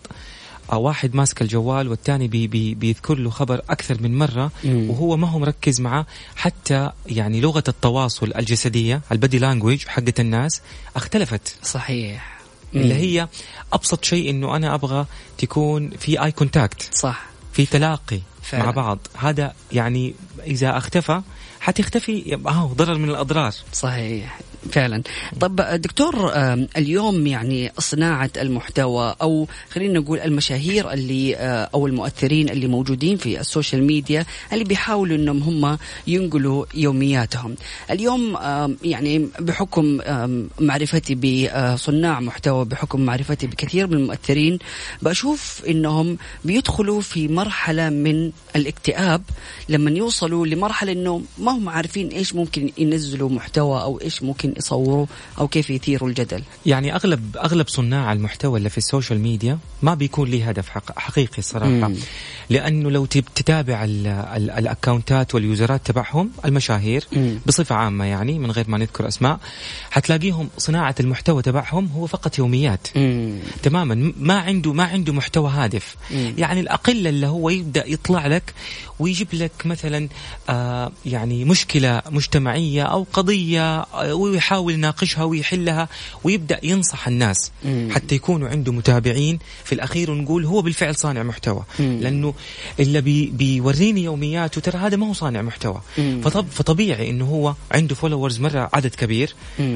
واحد ماسك الجوال والتاني بي بي بيذكر له خبر أكثر من مرة، مم. وهو ما هو مركز معه. حتى يعني لغة التواصل الجسدية، البادي لانجويج حقت الناس اختلفت. صحيح. اللي هي أبسط شيء إنه أنا أبغى تكون في آي كونتاكت، صح، في تلاقي فعلا مع بعض. هذا يعني إذا اختفى حتختفي، آه ضرر من الأضرار. صحيح فعلا. طب دكتور، اليوم يعني صناعة المحتوى، أو خلينا نقول المشاهير اللي أو المؤثرين اللي موجودين في السوشيال ميديا، اللي بيحاولوا أنهم هم ينقلوا يومياتهم اليوم، يعني بحكم معرفتي بصناع محتوى، بحكم معرفتي بكثير من المؤثرين، بشوف أنهم بيدخلوا في مرحلة من الاكتئاب لما يوصلوا لمرحلة أنه ما هم عارفين إيش ممكن ينزلوا محتوى، أو إيش ممكن يصوروا، أو كيف يثيروا الجدل. يعني أغلب أغلب صناع المحتوى اللي في السوشيال ميديا ما بيكون ليه هدف حق حقيقي الصراحة. مم. لأنه لو تتابع الأكاونتات واليوزرات تبعهم المشاهير مم. بصفة عامة، يعني من غير ما نذكر أسماء، حتلاقيهم صناعة المحتوى تبعهم هو فقط يوميات. مم. تماما، ما عنده ما عنده محتوى هادف. مم. يعني الأقل اللي هو يبدأ يطلع لك ويجيب لك مثلا آه يعني مشكلة مجتمعية أو قضية ويحاول يناقشها ويحلها ويبدأ ينصح الناس. مم. حتى يكونوا عنده متابعين في الأخير، ونقول هو بالفعل صانع محتوى. مم. لأنه اللي بي بيوريني يومياته ترى هذا ما هو صانع محتوى. فطب فطبيعي إنه هو عنده فولورز مرة عدد كبير،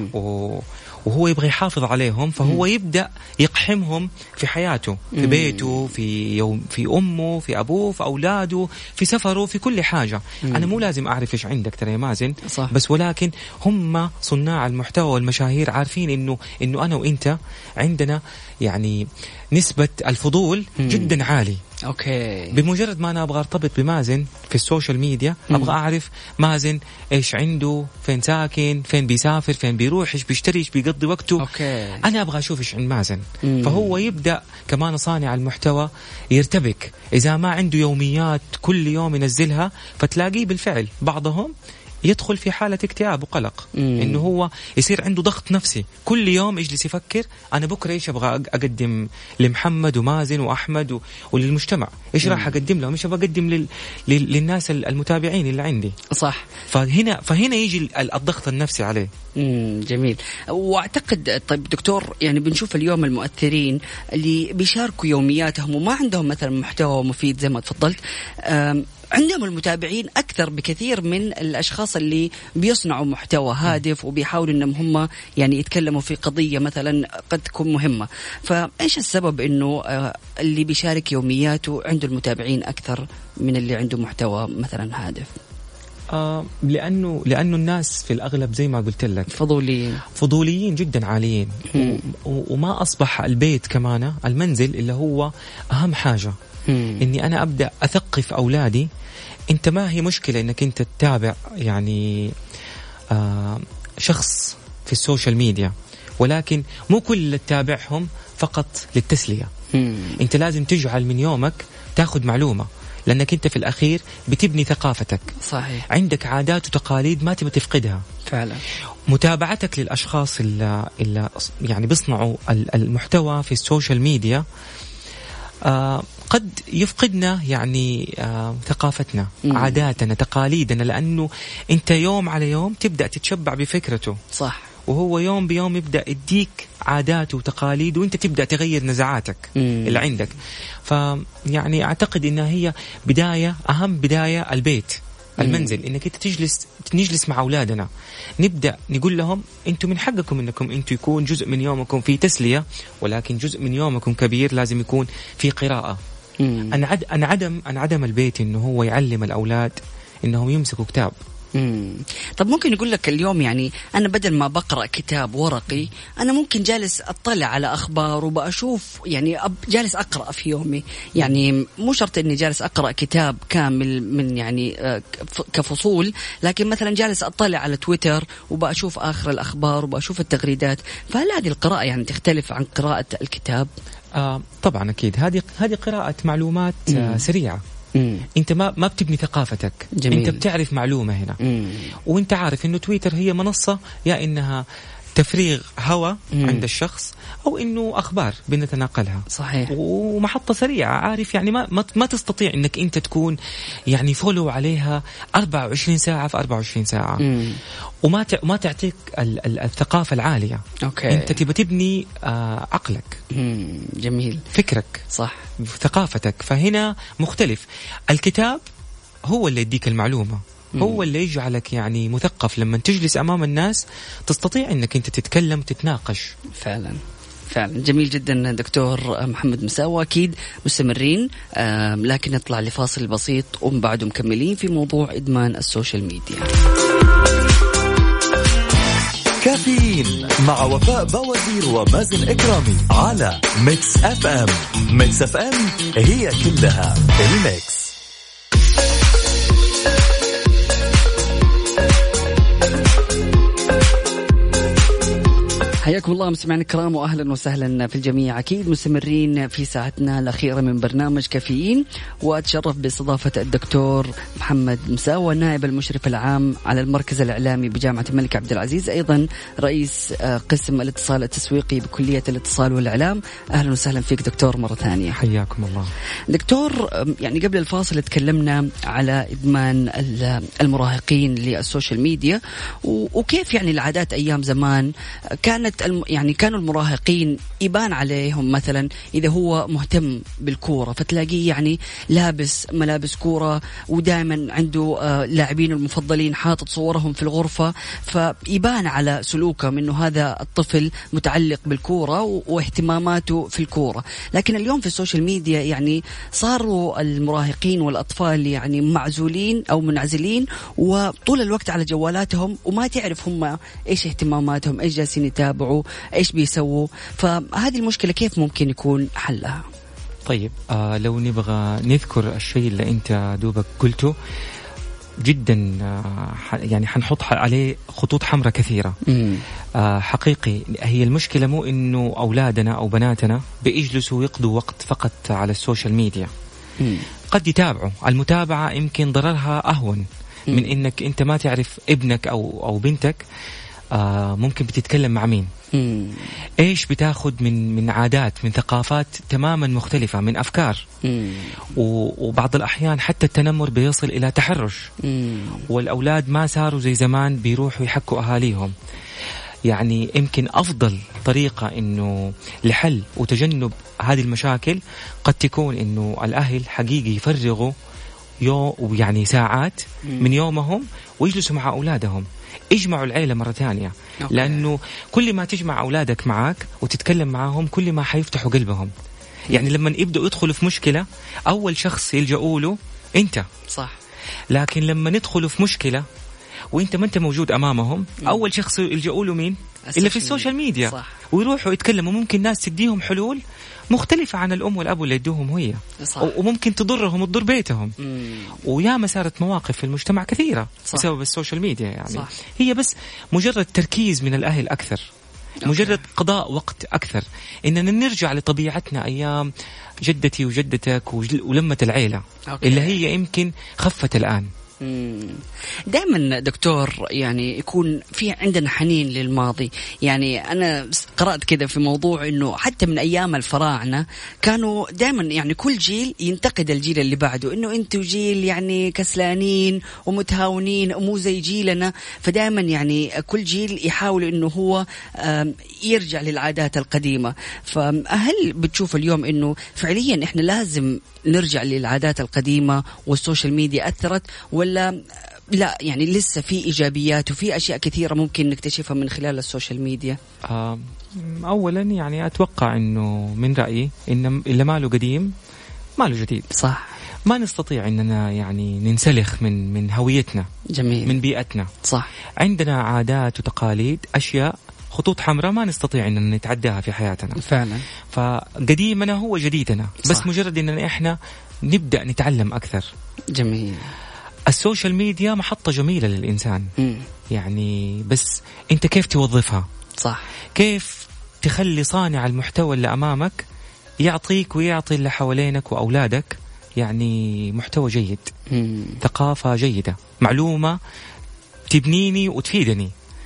و وهو يبغى يحافظ عليهم، فهو مم. يبدأ يقحمهم في حياته، في مم. بيته، في يوم، في أمه، في أبوه، في أولاده، في سفره، في كل حاجة. مم. أنا مو لازم أعرف إيش عندك ترى يا مازن، صح. بس ولكن هم صناع المحتوى والمشاهير عارفين إنه إنه أنا وإنت عندنا يعني نسبة الفضول مم. جدا عالي. أوكي. بمجرد ما أنا أبغى أرتبط بمازن في السوشيال ميديا، مم. أبغى أعرف مازن إيش عنده، فين ساكن، فين بيسافر، فين بيروح، إيش بيشتري، إيش بيقضي وقته. أوكي. أنا أبغى أشوف إيش عند مازن. مم. فهو يبدأ كمان صانع المحتوى يرتبك إذا ما عنده يوميات كل يوم ينزلها، فتلاقيه بالفعل بعضهم يدخل في حالة اكتئاب وقلق. مم. إنه هو يصير عنده ضغط نفسي، كل يوم يجلس يفكر أنا بكرة إيش أبغى أقدم لمحمد ومازن وأحمد وللمجتمع، إيش راح أقدم لهم، إيش أبغى أقدم لل... لل... للناس المتابعين اللي عندي. صح. فهنا فهنا يجي الضغط النفسي عليه. امم جميل. واعتقد طيب دكتور، يعني بنشوف اليوم المؤثرين اللي بيشاركوا يومياتهم وما عندهم مثلا محتوى مفيد زي ما تفضلت، عندهم المتابعين أكثر بكثير من الأشخاص اللي بيصنعوا محتوى هادف وبيحاولوا إنهم هم يعني يتكلموا في قضية مثلا قد تكون مهمة. فإيش السبب إنه اللي بيشارك يومياته عنده المتابعين أكثر من اللي عنده محتوى مثلا هادف؟ آه لأنه لأنه الناس في الأغلب زي ما قلت لك فضوليين فضوليين جدا عاليين، و وما أصبح البيت كمان المنزل اللي هو أهم حاجة. مم. إني أنا أبدأ أثقف أولادي. أنت ما هي مشكلة إنك أنت تتابع يعني آه شخص في السوشيال ميديا، ولكن مو كل اللي تتابعهم فقط للتسلية. مم. أنت لازم تجعل من يومك تاخذ معلومة، لأنك أنت في الأخير بتبني ثقافتك. صحيح. عندك عادات وتقاليد ما تبي تفقدها فعلا. متابعتك للأشخاص اللي, اللي يعني بيصنعوا المحتوى في السوشيال ميديا آه قد يفقدنا يعني آه ثقافتنا، مم. عاداتنا، تقاليدنا، لأنه أنت يوم على يوم تبدأ تتشبع بفكرته. صح. وهو يوم بيوم يبدأ يديك عادات وتقاليد، وانت تبدأ تغير نزعاتك مم. اللي عندك. فيعني أعتقد إنها هي بداية، أهم بداية البيت، المنزل، مم. إنك انت تجلس نجلس مع أولادنا، نبدأ نقول لهم أنتم من حقكم إنكم أنتم يكون جزء من يومكم في تسلية، ولكن جزء من يومكم كبير لازم يكون في قراءة. أنا عد أنا عدم أنا عدم البيت إنه هو يعلم الأولاد إنهم يمسكوا كتاب. مم. طب ممكن يقول لك اليوم يعني أنا بدل ما بقرأ كتاب ورقي أنا ممكن جالس أطلع على أخبار وبأشوف يعني جالس أقرأ في يومي، يعني مو شرط إني جالس أقرأ كتاب كامل من يعني كفصول، لكن مثلا جالس أطلع على تويتر وبأشوف آخر الأخبار وبأشوف التغريدات. فهل هذه القراءة يعني تختلف عن قراءة الكتاب؟ آه طبعا أكيد. هذه هذه قراءة معلومات آه سريعة. مم. انت ما ما بتبني ثقافتك. جميل. انت بتعرف معلومه هنا. مم. وانت عارف انه تويتر هي منصه يا انها تفريغ هوى عند الشخص او انه اخبار بنتناقلها. صحيح. ومحطه سريعه، عارف يعني ما ما تستطيع انك انت تكون يعني فولو عليها أربعة وعشرين ساعه في أربعة وعشرين ساعه. مم. وما ما تعطيك الثقافه العاليه. أوكي. انت تبى تبني آه عقلك. مم. جميل. فكرك. صح. ثقافتك. فهنا مختلف. الكتاب هو اللي يديك المعلومة، هو اللي يجعلك يعني مثقف. لما تجلس أمام الناس تستطيع أنك أنت تتكلم تتناقش. فعلا فعلا. جميل جدا دكتور محمد مساوى. أكيد مستمرين لكن نطلع لفاصل بسيط ومن بعده مكملين في موضوع إدمان السوشيال ميديا. كافيين مع وفاء بوازير ومازن إكرامي على ميكس اف ام. ميكس اف ام هي كلها الميكس. حياكم الله مستمعينا الكرام واهلا وسهلا في الجميع. اكيد مستمرين في ساعتنا الاخيره من برنامج كافيين، واتشرف باستضافه الدكتور محمد مساوى نائب المشرف العام على المركز الاعلامي بجامعه الملك عبد العزيز، ايضا رئيس قسم الاتصال التسويقي بكليه الاتصال والاعلام. اهلا وسهلا فيك دكتور مره ثانيه. حياكم الله دكتور. يعني قبل الفاصل تكلمنا على ادمان المراهقين للسوشيال ميديا وكيف يعني العادات ايام زمان كانت يعني كانوا المراهقين يبان عليهم مثلا إذا هو مهتم بالكورة فتلاقيه يعني لابس ملابس كورة ودائما عنده آه لاعبين المفضلين حاطط صورهم في الغرفة، فيبان على سلوكه إنه هذا الطفل متعلق بالكورة واهتماماته في الكورة. لكن اليوم في السوشيال ميديا يعني صاروا المراهقين والأطفال يعني معزولين أو منعزلين وطول الوقت على جوالاتهم وما تعرف هم إيش اهتماماتهم، إيش جالسين يتابعوا، إيش بيسووا. فهذه المشكلة كيف ممكن يكون حلها؟ طيب آه لو نبغى نذكر الشيء اللي أنت دوبك قلته جدا آه يعني حنحط عليه خطوط حمراء كثيرة. آه حقيقي هي المشكلة مو إنه أولادنا أو بناتنا بيجلسوا ويقضوا وقت فقط على السوشيال ميديا. مم. قد يتابعوا. المتابعة يمكن ضررها أهون مم. من إنك أنت ما تعرف ابنك أو أو بنتك آه ممكن بتتكلم مع مين. مم. ايش بتاخد من من عادات، من ثقافات تماما مختلفة، من افكار. مم. وبعض الاحيان حتى التنمر بيصل الى تحرش. مم. والاولاد ما صاروا زي زمان بيروحوا يحكوا اهاليهم. يعني يمكن افضل طريقة انه لحل وتجنب هذه المشاكل قد تكون انه الاهل حقيقي يفرغوا يو يعني ساعات مم. من يومهم ويجلسوا مع اولادهم، اجمعوا العيلة مرة ثانية. أوكي. لأنه كل ما تجمع أولادك معك وتتكلم معهم كل ما حيفتحوا قلبهم. يعني لما يبدأوا يدخلوا في مشكلة أول شخص يلجأوا له أنت. صح. لكن لما ندخلوا في مشكلة وانت ما انت موجود امامهم، اول شخص يلجؤوا له مين؟ اللي في السوشيال ميديا. صح. ويروحوا يتكلموا، ممكن ناس تديهم حلول مختلفة عن الأم والأب اللي يدوهم هي. صح. وممكن تضرهم وتضر بيتهم. مم. وياما صارت مواقف في المجتمع كثيرة. صح. بسبب السوشيال ميديا يعني. صح. هي بس مجرد تركيز من الأهل أكثر. أوكي. مجرد قضاء وقت أكثر، إننا نرجع لطبيعتنا أيام جدتي وجدتك ولمة العيلة. أوكي. اللي هي يمكن خفت الآن. دائما دكتور يعني يكون في عندنا حنين للماضي. يعني أنا قرأت كذا في موضوع إنه حتى من أيام الفراعنة كانوا دائما يعني كل جيل ينتقد الجيل اللي بعده، إنه أنتوا جيل يعني كسلانين ومتهاونين ومو زي جيلنا. فدائما يعني كل جيل يحاول إنه هو يرجع للعادات القديمة. فهل بتشوف اليوم إنه فعليا إحنا لازم نرجع للعادات القديمة والسوشيال ميديا أثرت، ولا لا يعني لسه في إيجابيات وفي أشياء كثيرة ممكن نكتشفها من خلال السوشيال ميديا؟ آه أولا يعني أتوقع أنه من رأيي إن اللي ماله قديم ماله جديد. صح. ما نستطيع أننا يعني ننسلخ من من هويتنا. جميل. من بيئتنا. صح. عندنا عادات وتقاليد، أشياء خطوط حمراء ما نستطيع أن نتعداها في حياتنا فعلا. فقديمنا هو جديدنا. صح. بس مجرد أننا إحنا نبدأ نتعلم أكثر. جميل. السوشيال ميديا محطة جميلة للإنسان. م. يعني بس أنت كيف توظفها؟ صح. كيف تخلي صانع المحتوى اللي أمامك يعطيك ويعطي اللي حوالينك وأولادك يعني محتوى جيد. م. ثقافة جيدة، معلومة تبنيني وتفيدني،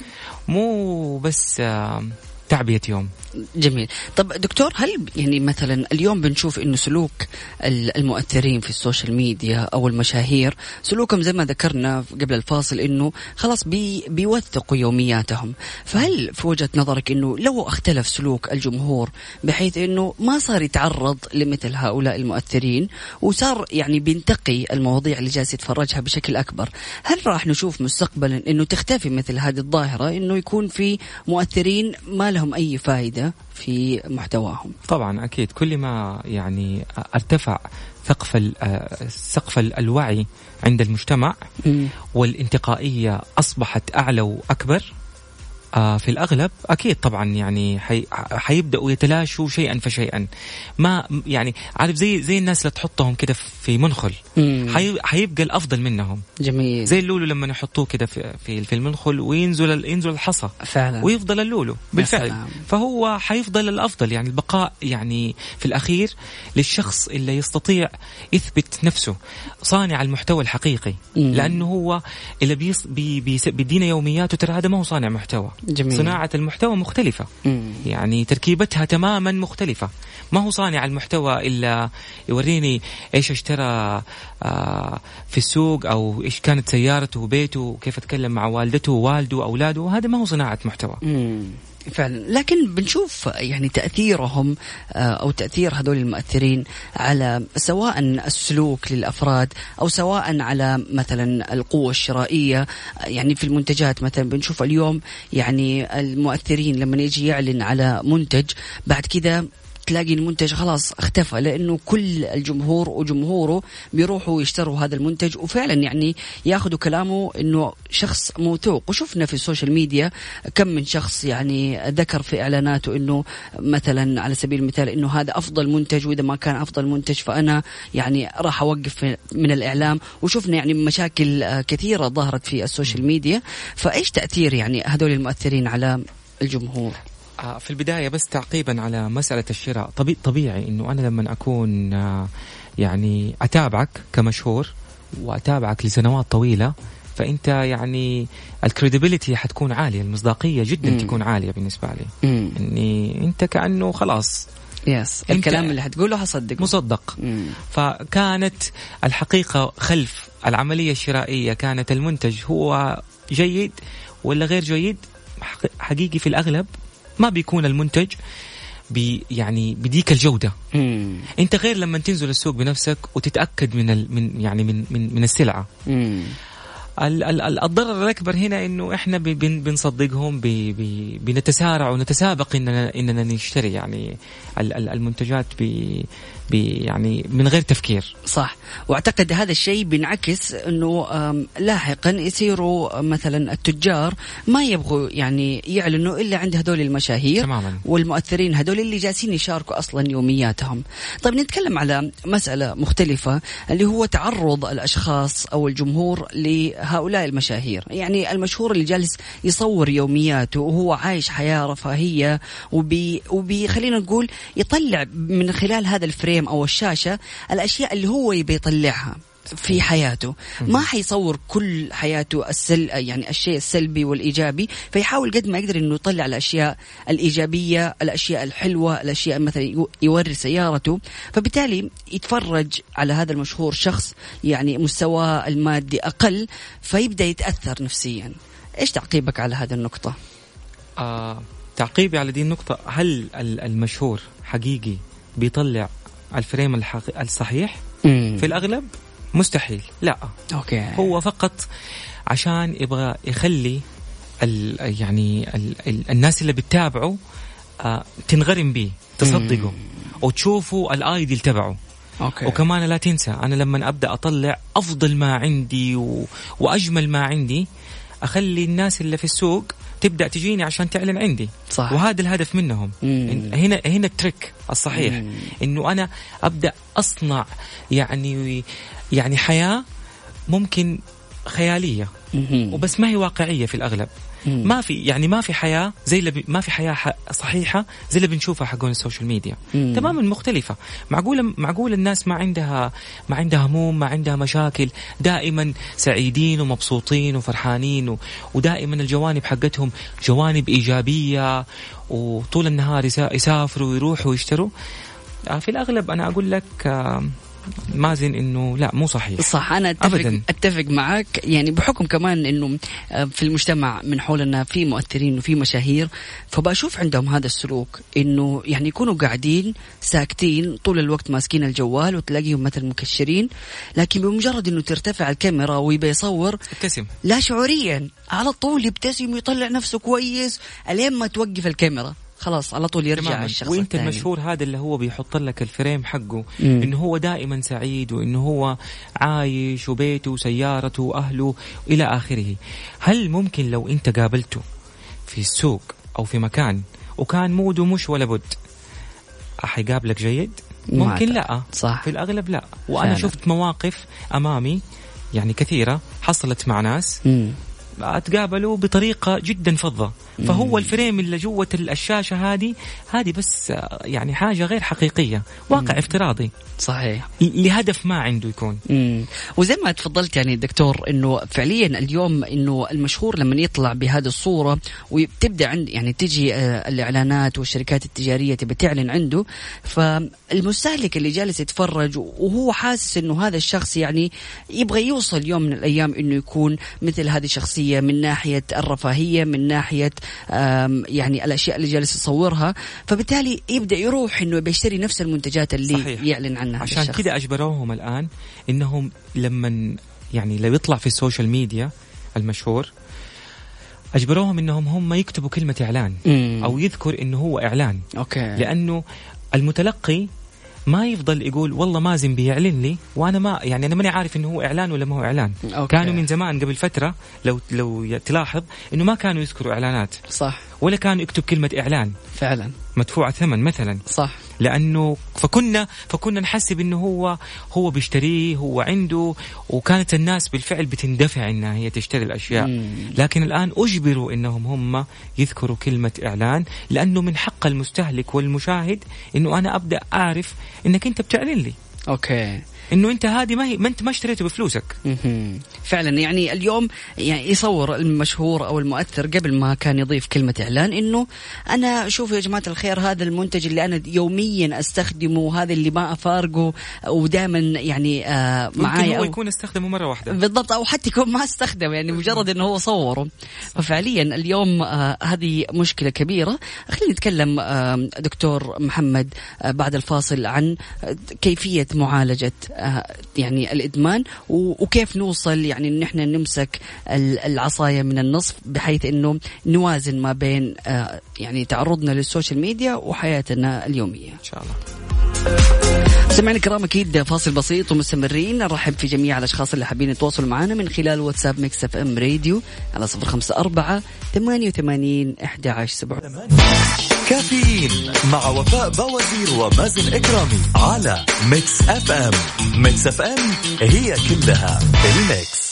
مو بس تعبية يوم. جميل. طب دكتور، هل يعني مثلا اليوم بنشوف إنه سلوك المؤثرين في السوشيال ميديا أو المشاهير سلوكهم زي ما ذكرنا قبل الفاصل إنه خلاص بي بيوثقوا يومياتهم، فهل في وجهة نظرك إنه لو اختلف سلوك الجمهور بحيث إنه ما صار يتعرض لمثل هؤلاء المؤثرين وصار يعني بينتقي المواضيع اللي جالس يتفرجها بشكل أكبر، هل راح نشوف مستقبلا إنه تختفي مثل هذه الظاهرة، إنه يكون في مؤثرين ما لهم أي فائدة في محتواهم؟ طبعا أكيد، كل ما يعني ارتفع سقف سقف الوعي عند المجتمع م. والانتقائية أصبحت أعلى وأكبر في الأغلب، أكيد طبعا يعني حي حيبدأوا يتلاشوا شيئا فشيئا. ما يعني عارف زي زي الناس اللي تحطهم كده في منخل، حي حيبقى الأفضل منهم. جميل. زي اللولو لما نحطوه كده في في في المنخل وينزل ينزل الحصى فعلا ويفضل اللولو بالفعل، فهو حيفضل الأفضل. يعني البقاء يعني في الأخير للشخص اللي يستطيع يثبت نفسه صانع المحتوى الحقيقي. مم. لأنه هو اللي بيص بي بي بيدينا يومياته، ترى هذا ما هو صانع محتوى. جميل. صناعة المحتوى مختلفة. مم. يعني تركيبتها تماما مختلفة. ما هو صانع المحتوى إلا يوريني إيش اشترى آه في السوق، أو إيش كانت سيارته وبيته وكيف أتكلم مع والدته ووالده وأولاده. هذا ما هو صناعة محتوى. مم. فعلا. لكن بنشوف يعني تأثيرهم أو تأثير هذول المؤثرين على سواء السلوك للأفراد أو سواء على مثلا القوة الشرائية. يعني في المنتجات مثلا بنشوف اليوم يعني المؤثرين لما يجي يعلن على منتج بعد كذا تلاقي المنتج خلاص اختفى، لأنه كل الجمهور وجمهوره بيروحوا يشتروا هذا المنتج، وفعلا يعني ياخذوا كلامه إنه شخص موثوق. وشفنا في السوشيال ميديا كم من شخص يعني ذكر في إعلاناته إنه مثلا على سبيل المثال إنه هذا أفضل منتج، وإذا ما كان أفضل منتج فأنا يعني راح أوقف من الإعلام. وشفنا يعني مشاكل كثيرة ظهرت في السوشيال ميديا. فإيش تأثير يعني هذول المؤثرين على الجمهور؟ في البداية بس تعقيبا على مسألة الشراء، طبيعي طبيعي إنه أنا لما أكون يعني أتابعك كمشهور وأتابعك لسنوات طويلة، فأنت يعني الكريديبيليتي حتكون عالية، المصداقية جدا م. تكون عالية بالنسبة لي. م. إني أنت كأنه خلاص يس الكلام اللي هتقوله هصدقه، مصدق. مم. فكانت الحقيقة خلف العملية الشرائية كانت المنتج هو جيد ولا غير جيد، حقيقي في الأغلب ما بيكون المنتج بي يعني بديك الجودة. مم. انت غير لما تنزل السوق بنفسك وتتأكد من ال من يعني من من, من السلعة. مم. ال ال الضرر الأكبر هنا إنه إحنا بن بنصدقهم، بنتسارع ونتسابق إننا إننا نشتري يعني ال ال المنتجات يعني من غير تفكير. صح. واعتقد هذا الشيء بينعكس انه لاحقا يصيروا مثلا التجار ما يبغوا يعني يعلنوا الا عند هذول المشاهير تماما. والمؤثرين هذول اللي جالسين يشاركوا اصلا يومياتهم. طيب نتكلم على مسألة مختلفة اللي هو تعرض الاشخاص او الجمهور لهؤلاء المشاهير. يعني المشهور اللي جالس يصور يومياته وهو عايش حياة رفاهية وبي وبي خلينا نقول يطلع من خلال هذا الفريم أو الشاشة الأشياء اللي هو يبي يطلعها في حياته. ما حيصور كل حياته السل يعني الشيء السلبي والإيجابي، فيحاول قد ما يقدر إنه يطلع الأشياء الإيجابية، الأشياء الحلوة، الأشياء مثلا يوري سيارته. فبالتالي يتفرج على هذا المشهور شخص يعني مستواه المادي أقل، فيبدأ يتأثر نفسيا. إيش تعقيبك على هذه النقطة؟ آه، تعقيبي على دي النقطة، هل المشهور حقيقي بيطلع الفريم الحقيقي الصحيح؟ مم. في الأغلب مستحيل. لا. أوكي. هو فقط عشان يبغى يخلي ال يعني ال ال الناس اللي بتتابعه آه تنغرم به، تصدقه وتشوفوا الآيديل تبعه. أوكي. وكمان لا تنسى أنا لما أبدأ أطلع أفضل ما عندي و... وأجمل ما عندي، أخلي الناس اللي في السوق تبدأ تجيني عشان تعلن عندي. صح. وهذا الهدف منهم. مم. هنا هنا التريك الصحيح. مم. إنه أنا أبدأ أصنع يعني يعني حياة ممكن خيالية. مم. وبس ما هي واقعية في الأغلب. مم. ما في يعني ما في حياة زي اللي ما في حياة صحيحة زي اللي بنشوفها حقون السوشيال ميديا. مم. تماما مختلفة. معقولة معقول الناس ما عندها ما عندها هموم، ما عندها مشاكل، دائما سعيدين ومبسوطين وفرحانين و... ودائما الجوانب حقتهم جوانب إيجابية، وطول النهار يسافروا ويروحوا ويشتروا. في الأغلب أنا أقول لك مازن إنه لا مو صحيح. صح. أنا أتفق, أبداً. أتفق معك. يعني بحكم كمان إنه في المجتمع من حولنا في مؤثرين وفي مشاهير، فبشوف عندهم هذا السلوك إنه يعني يكونوا قاعدين ساكتين طول الوقت ماسكين الجوال وتلاقيهم مثل مكشرين، لكن بمجرد إنه ترتفع الكاميرا ويبي يصور ابتسم لا شعوريا على طول يبتسم ويطلع نفسه كويس ألين ما توقف الكاميرا، خلاص على طول يرجع الشخص وانت الثاني. المشهور هذا اللي هو بيحط لك الفريم حقه مم. انه هو دائما سعيد وانه هو عايش وبيته وسيارته واهله الى اخره. هل ممكن لو انت قابلته في السوق او في مكان وكان موده مش ولا بد حيقابلك جيد؟ ممكن لا. صح. في الاغلب لا. وانا فعلا. شفت مواقف امامي يعني كثيرة حصلت مع ناس مم. اتقابلوا بطريقة جدا فظة، فهو الفريم اللي جوة الشاشة هذه هذه بس يعني حاجة غير حقيقية، واقع مم. افتراضي. صحيح. لهدف ما عنده يكون. مم. وزي ما تفضلت يعني دكتور انه فعليا اليوم انه المشهور لما يطلع بهذه الصورة وتبدأ عند يعني تجي الاعلانات والشركات التجارية تبي تعلن عنده، فالمستهلك اللي جالس يتفرج وهو حاسس انه هذا الشخص يعني يبغى يوصل يوم من الايام انه يكون مثل هذه الشخصية من ناحية الرفاهية، من ناحية يعني الاشياء اللي جالس يصورها، فبالتالي يبدأ يروح انه بيشتري نفس المنتجات اللي صحيح. يعلن عنها. عشان كده أجبروهم الآن إنهم لما يعني لو يطلع في السوشيال ميديا المشهور أجبروهم إنهم هم يكتبوا كلمة إعلان مم. أو يذكر إنه هو إعلان. أوكي. لأنه المتلقي ما يفضل يقول والله مازن بيعلن لي وأنا ما يعني أنا ماني عارف إنه هو إعلان ولا ما هو إعلان. أوكي. كانوا من زمان قبل فترة لو لو تلاحظ إنه ما كانوا يذكروا إعلانات. صح. ولا كانوا يكتب كلمة إعلان فعلا مدفوع ثمن مثلا. صح. لأنه فكنا فكنا نحسب إنه هو هو بيشتريه، هو عنده، وكانت الناس بالفعل بتندفع إنها هي تشتري الأشياء. مم. لكن الآن أجبروا إنهم هم يذكروا كلمة إعلان، لأنه من حق المستهلك والمشاهد إنه أنا أبدأ أعرف إنك أنت بتعلن لي. أوكي. إنه أنت هذه ما هي ما أنت ما اشتريته بفلوسك. فعلا. يعني اليوم يعني يصور المشهور أو المؤثر قبل ما كان يضيف كلمة إعلان إنه أنا شوفوا يا جماعة الخير هذا المنتج اللي أنا يوميا أستخدمه، هذا اللي ما أفارقه ودائما يعني آه معايا، هو يكون استخدمه مرة واحدة بالضبط، أو حتى يكون ما استخدم يعني مجرد إنه هو صوره. ففعليا اليوم آه هذه مشكلة كبيرة. خلينا نتكلم آه دكتور محمد آه بعد الفاصل عن كيفية معالجة يعني الإدمان وكيف نوصل يعني إن إحنا نمسك العصاية من النصف بحيث إنه نوازن ما بين يعني تعرضنا للسوشيال ميديا وحياتنا اليومية إن شاء الله. سمعنا الكرام أكيد فاصل بسيط ومستمرين. نرحب في جميع الأشخاص اللي حابين يتواصلوا معنا من خلال واتساب ميكس اف ام راديو على صفر خمسة أربعة ثمانية وثمانين أحد عشر سبعة. كافيين مع وفاء بوازير ومازن إكرامي على ميكس اف ام. ميكس اف ام هي كلها الميكس.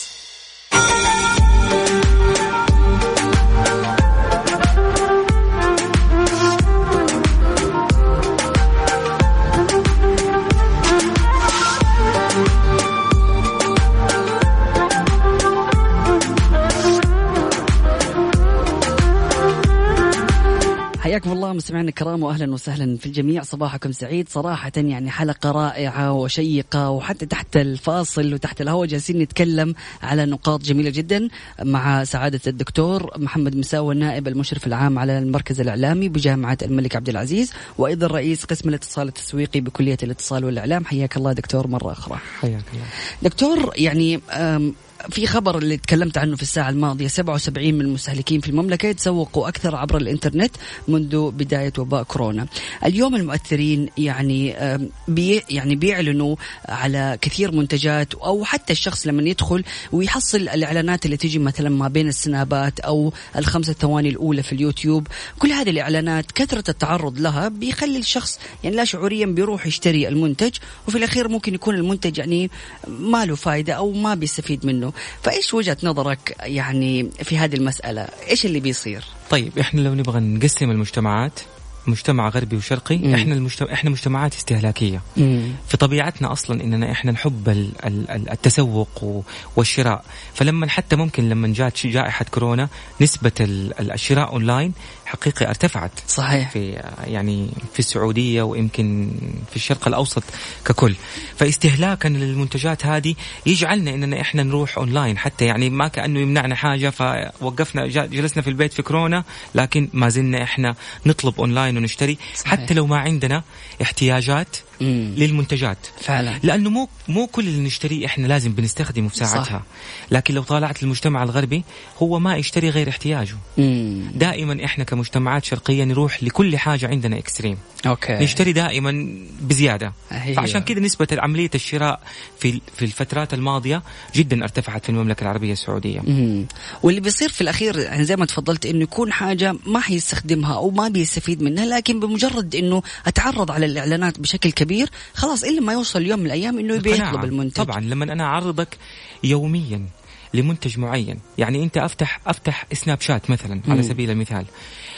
حياكم الله مستمعينا الكرام واهلا وسهلا في الجميع. صباحكم سعيد صراحه، يعني حلقه رائعه وشيقه، وحتى تحت الفاصل وتحت الهواء جالسين نتكلم على نقاط جميله جدا مع سعاده الدكتور محمد مساوي النائب المشرف العام على المركز الاعلامي بجامعه الملك عبد العزيز، وايضا رئيس قسم الاتصال التسويقي بكليه الاتصال والاعلام. حياك الله دكتور مره اخرى. حياك الله دكتور. يعني في خبر اللي تكلمت عنه في الساعة الماضية، سبعة وسبعين من المستهلكين في المملكة يتسوقوا أكثر عبر الإنترنت منذ بداية وباء كورونا. اليوم المؤثرين يعني بي يعني بيعلنوا على كثير منتجات، أو حتى الشخص لما يدخل ويحصل الإعلانات اللي تيجي مثلا ما بين السنابات أو الخمسة ثواني الأولى في اليوتيوب، كل هذه الإعلانات كثرة التعرض لها بيخلي الشخص يعني لا شعوريا بيروح يشتري المنتج، وفي الأخير ممكن يكون المنتج يعني ما له فايدة أو ما بيستفيد منه. فإيش وجهة نظرك يعني في هذه المسألة؟ إيش اللي بيصير؟ طيب إحنا لو نبغى نقسم المجتمعات، مجتمع غربي وشرقي، مم. احنا المجتمع احنا مجتمعات استهلاكيه. مم. في طبيعتنا اصلا اننا احنا نحب ال ال التسوق والشراء، فلما حتى ممكن لما جاءت جائحه كورونا نسبه الشراء اونلاين حقيقي ارتفعت. صحيح. في يعني في السعوديه ويمكن في الشرق الاوسط ككل، فاستهلاكا للمنتجات هذه يجعلنا اننا احنا نروح اونلاين، حتى يعني ما كانه يمنعنا حاجه فوقفنا جلسنا في البيت في كورونا، لكن ما زلنا احنا نطلب اونلاين ونشتري. صحيح. حتى لو ما عندنا احتياجات مم. للمنتجات فعلا، لأنه مو مو كل اللي نشتريه إحنا لازم بنستخدمه في ساعتها. صح. لكن لو طالعت المجتمع الغربي هو ما يشتري غير احتياجه. مم. دائما إحنا كمجتمعات شرقية نروح لكل حاجة عندنا إكستريم. أوكي. نشتري دائما بزيادة. أهيه. فعشان كده نسبة عملية الشراء في في الفترات الماضية جدا ارتفعت في المملكة العربية السعودية. مم. واللي بيصير في الأخير يعني زي ما تفضلت إنه يكون حاجة ما حيستخدمها أو ما بيستفيد منها، لكن بمجرد إنه أتعرض على الإعلانات بشكل كبير خلاص إلا ما يوصل يوم من الأيام إنه يبي يطلب المنتج. طبعا لما أنا أعرضك يوميا لمنتج معين، يعني أنت أفتح أفتح سناب شات مثلا على سبيل المثال،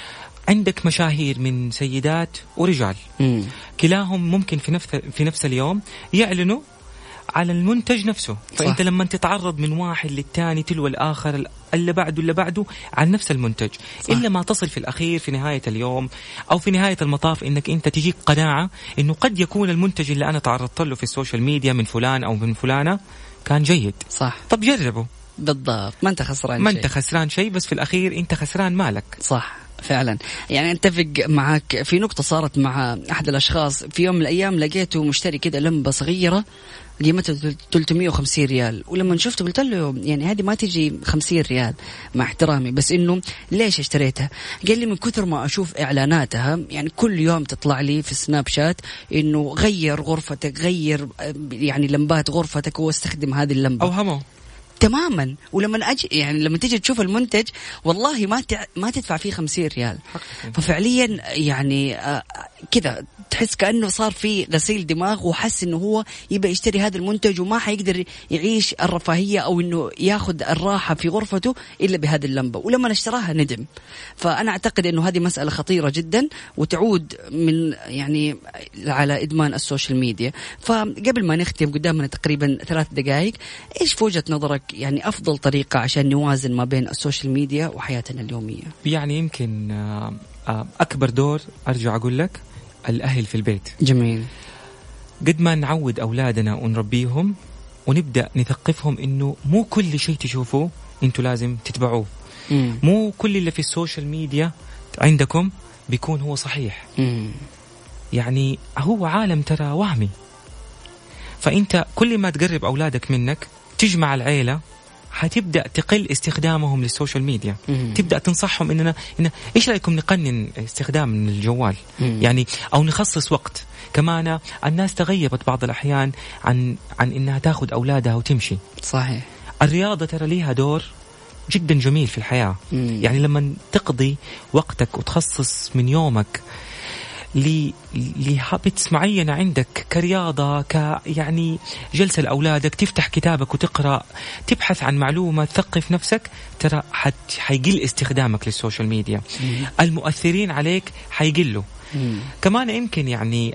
عندك مشاهير من سيدات ورجال. مم. كلاهم ممكن في نفس في نفس اليوم يعلنوا على المنتج نفسه. فأنت لما تتعرض من واحد للتاني تلو الآخر اللي بعده اللي بعده على نفس المنتج. صح. إلا ما تصل في الأخير في نهاية اليوم أو في نهاية المطاف إنك أنت تجيك قناعة إنه قد يكون المنتج اللي أنا تعرضت له في السوشيال ميديا من فلان أو من فلانة كان جيد. صح. طب جربه. بالضبط، ما أنت خسران ما شيء. أنت خسران شيء، بس في الأخير أنت خسران مالك. صح فعلا. يعني أتفق معك في نقطة صارت مع أحد الأشخاص في يوم من الأيام، لقيته مشتري كده لمبة صغيرة قيمتها ثلاثمية وخمسين ريال، ولما شفته قلت له يعني هذه ما تجي خمسين ريال مع احترامي، بس إنه ليش اشتريتها؟ قال لي من كثر ما أشوف إعلاناتها يعني كل يوم تطلع لي في سناب شات إنه غير غرفتك، غير يعني لمبات غرفتك واستخدم هذه اللمبة. أوهمه تماما. ولما أجي يعني لما تيجي تشوف المنتج والله ما تع... ما تدفع فيه خمسين ريال. ففعليا يعني آه كذا تحس كأنه صار في غسيل دماغ، وحس إنه هو يبقى يشتري هذا المنتج وما حيقدر يعيش الرفاهية أو إنه ياخذ الراحة في غرفته إلا بهذه اللمبة، ولما اشتراها ندم. فأنا أعتقد إنه هذه مسألة خطيرة جدا وتعود من يعني على إدمان السوشيال ميديا. فقبل ما نختم قدامنا تقريبا ثلاث دقائق، إيش في وجهة نظرك يعني أفضل طريقة عشان نوازن ما بين السوشيال ميديا وحياتنا اليومية؟ يعني يمكن أكبر دور أرجع أقول لك الأهل في البيت. جميل. قد ما نعود أولادنا ونربيهم ونبدأ نثقفهم إنه مو كل شيء تشوفوه أنتوا لازم تتبعوه. مم. مو كل اللي في السوشيال ميديا عندكم بيكون هو صحيح. مم. يعني هو عالم ترى وهمي، فأنت كل ما تقرب أولادك منك تجمع العيلة حتبدأ تقل استخدامهم للسوشيال ميديا. مم. تبدأ تنصحهم إننا إن إيش رأيكم نقنن استخدام من الجوال؟ مم. يعني أو نخصص وقت. كمان الناس تغيبت بعض الأحيان عن عن إنها تأخذ أولادها وتمشي. صحيح. الرياضة ترى ليها دور جدا جميل في الحياة. مم. يعني لما تقضي وقتك وتخصص من يومك لهابتس معينة عندك كرياضة، ك يعني جلسة لأولادك، تفتح كتابك وتقرأ، تبحث عن معلومة، تثقف نفسك، ترى حيقل استخدامك للسوشيال ميديا. مم. المؤثرين عليك حيقلوا. مم. كمان يمكن يعني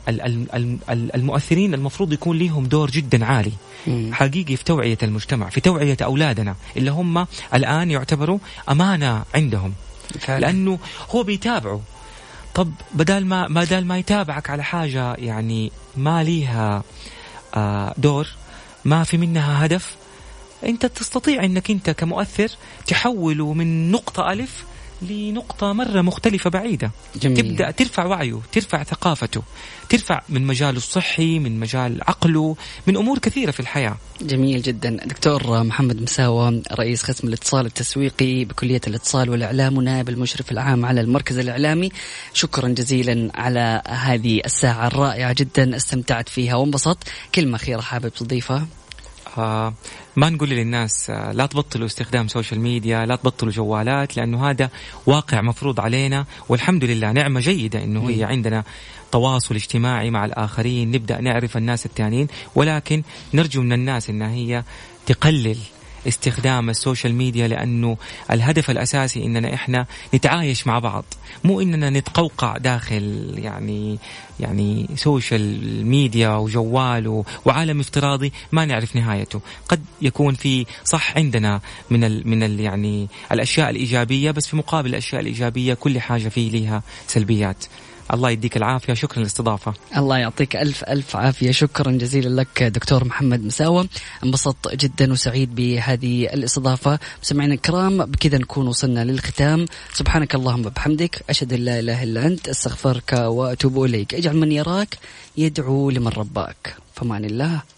المؤثرين المفروض يكون ليهم دور جدا عالي. مم. حقيقي في توعية المجتمع، في توعية أولادنا اللي هم الآن يعتبروا أمانة عندهم. فعلا. لأنه هو بيتابعوا. طب بدال ما بدال ما يتابعك على حاجة يعني ما ليها دور، ما في منها هدف، أنت تستطيع أنك أنت كمؤثر تحوله من نقطة ألف لنقطة مرة مختلفة بعيدة. جميل. تبدأ ترفع وعيه، ترفع ثقافته، ترفع من مجاله الصحي، من مجال عقله، من أمور كثيرة في الحياة. جميل جدا. دكتور محمد مساوى، رئيس قسم الاتصال التسويقي بكلية الاتصال والإعلام ونائب المشرف العام على المركز الإعلامي، شكرا جزيلا على هذه الساعة الرائعة جدا، استمتعت فيها وانبسطت. كلمة أخيرة حابب تضيفها؟ آه ما نقول للناس آه لا تبطلوا استخدام سوشيال ميديا، لا تبطلوا جوالات، لأنه هذا واقع مفروض علينا، والحمد لله نعمة جيدة إنه هي عندنا تواصل اجتماعي مع الآخرين، نبدأ نعرف الناس التانيين، ولكن نرجو من الناس إنها هي تقلل استخدام السوشيال ميديا، لأنه الهدف الأساسي إننا إحنا نتعايش مع بعض، مو إننا نتقوقع داخل يعني يعني سوشيال ميديا وجوال وعالم افتراضي ما نعرف نهايته. قد يكون في صح عندنا من ال من ال يعني الأشياء الإيجابية، بس في مقابل الأشياء الإيجابية كل حاجة فيه لها سلبيات. الله يديك العافية، شكرا للاستضافة. الله يعطيك ألف ألف عافية، شكرا جزيلا لك دكتور محمد مساوى، انبسطت جدا وسعيد بهذه الاستضافة. مستمعينا الكرام، بكذا نكون وصلنا للختام. سبحانك اللهم وبحمدك، أشهد أن لا إله إلا أنت، أستغفرك وأتوب إليك. اجعل من يراك يدعو لمن رباك. فمان الله.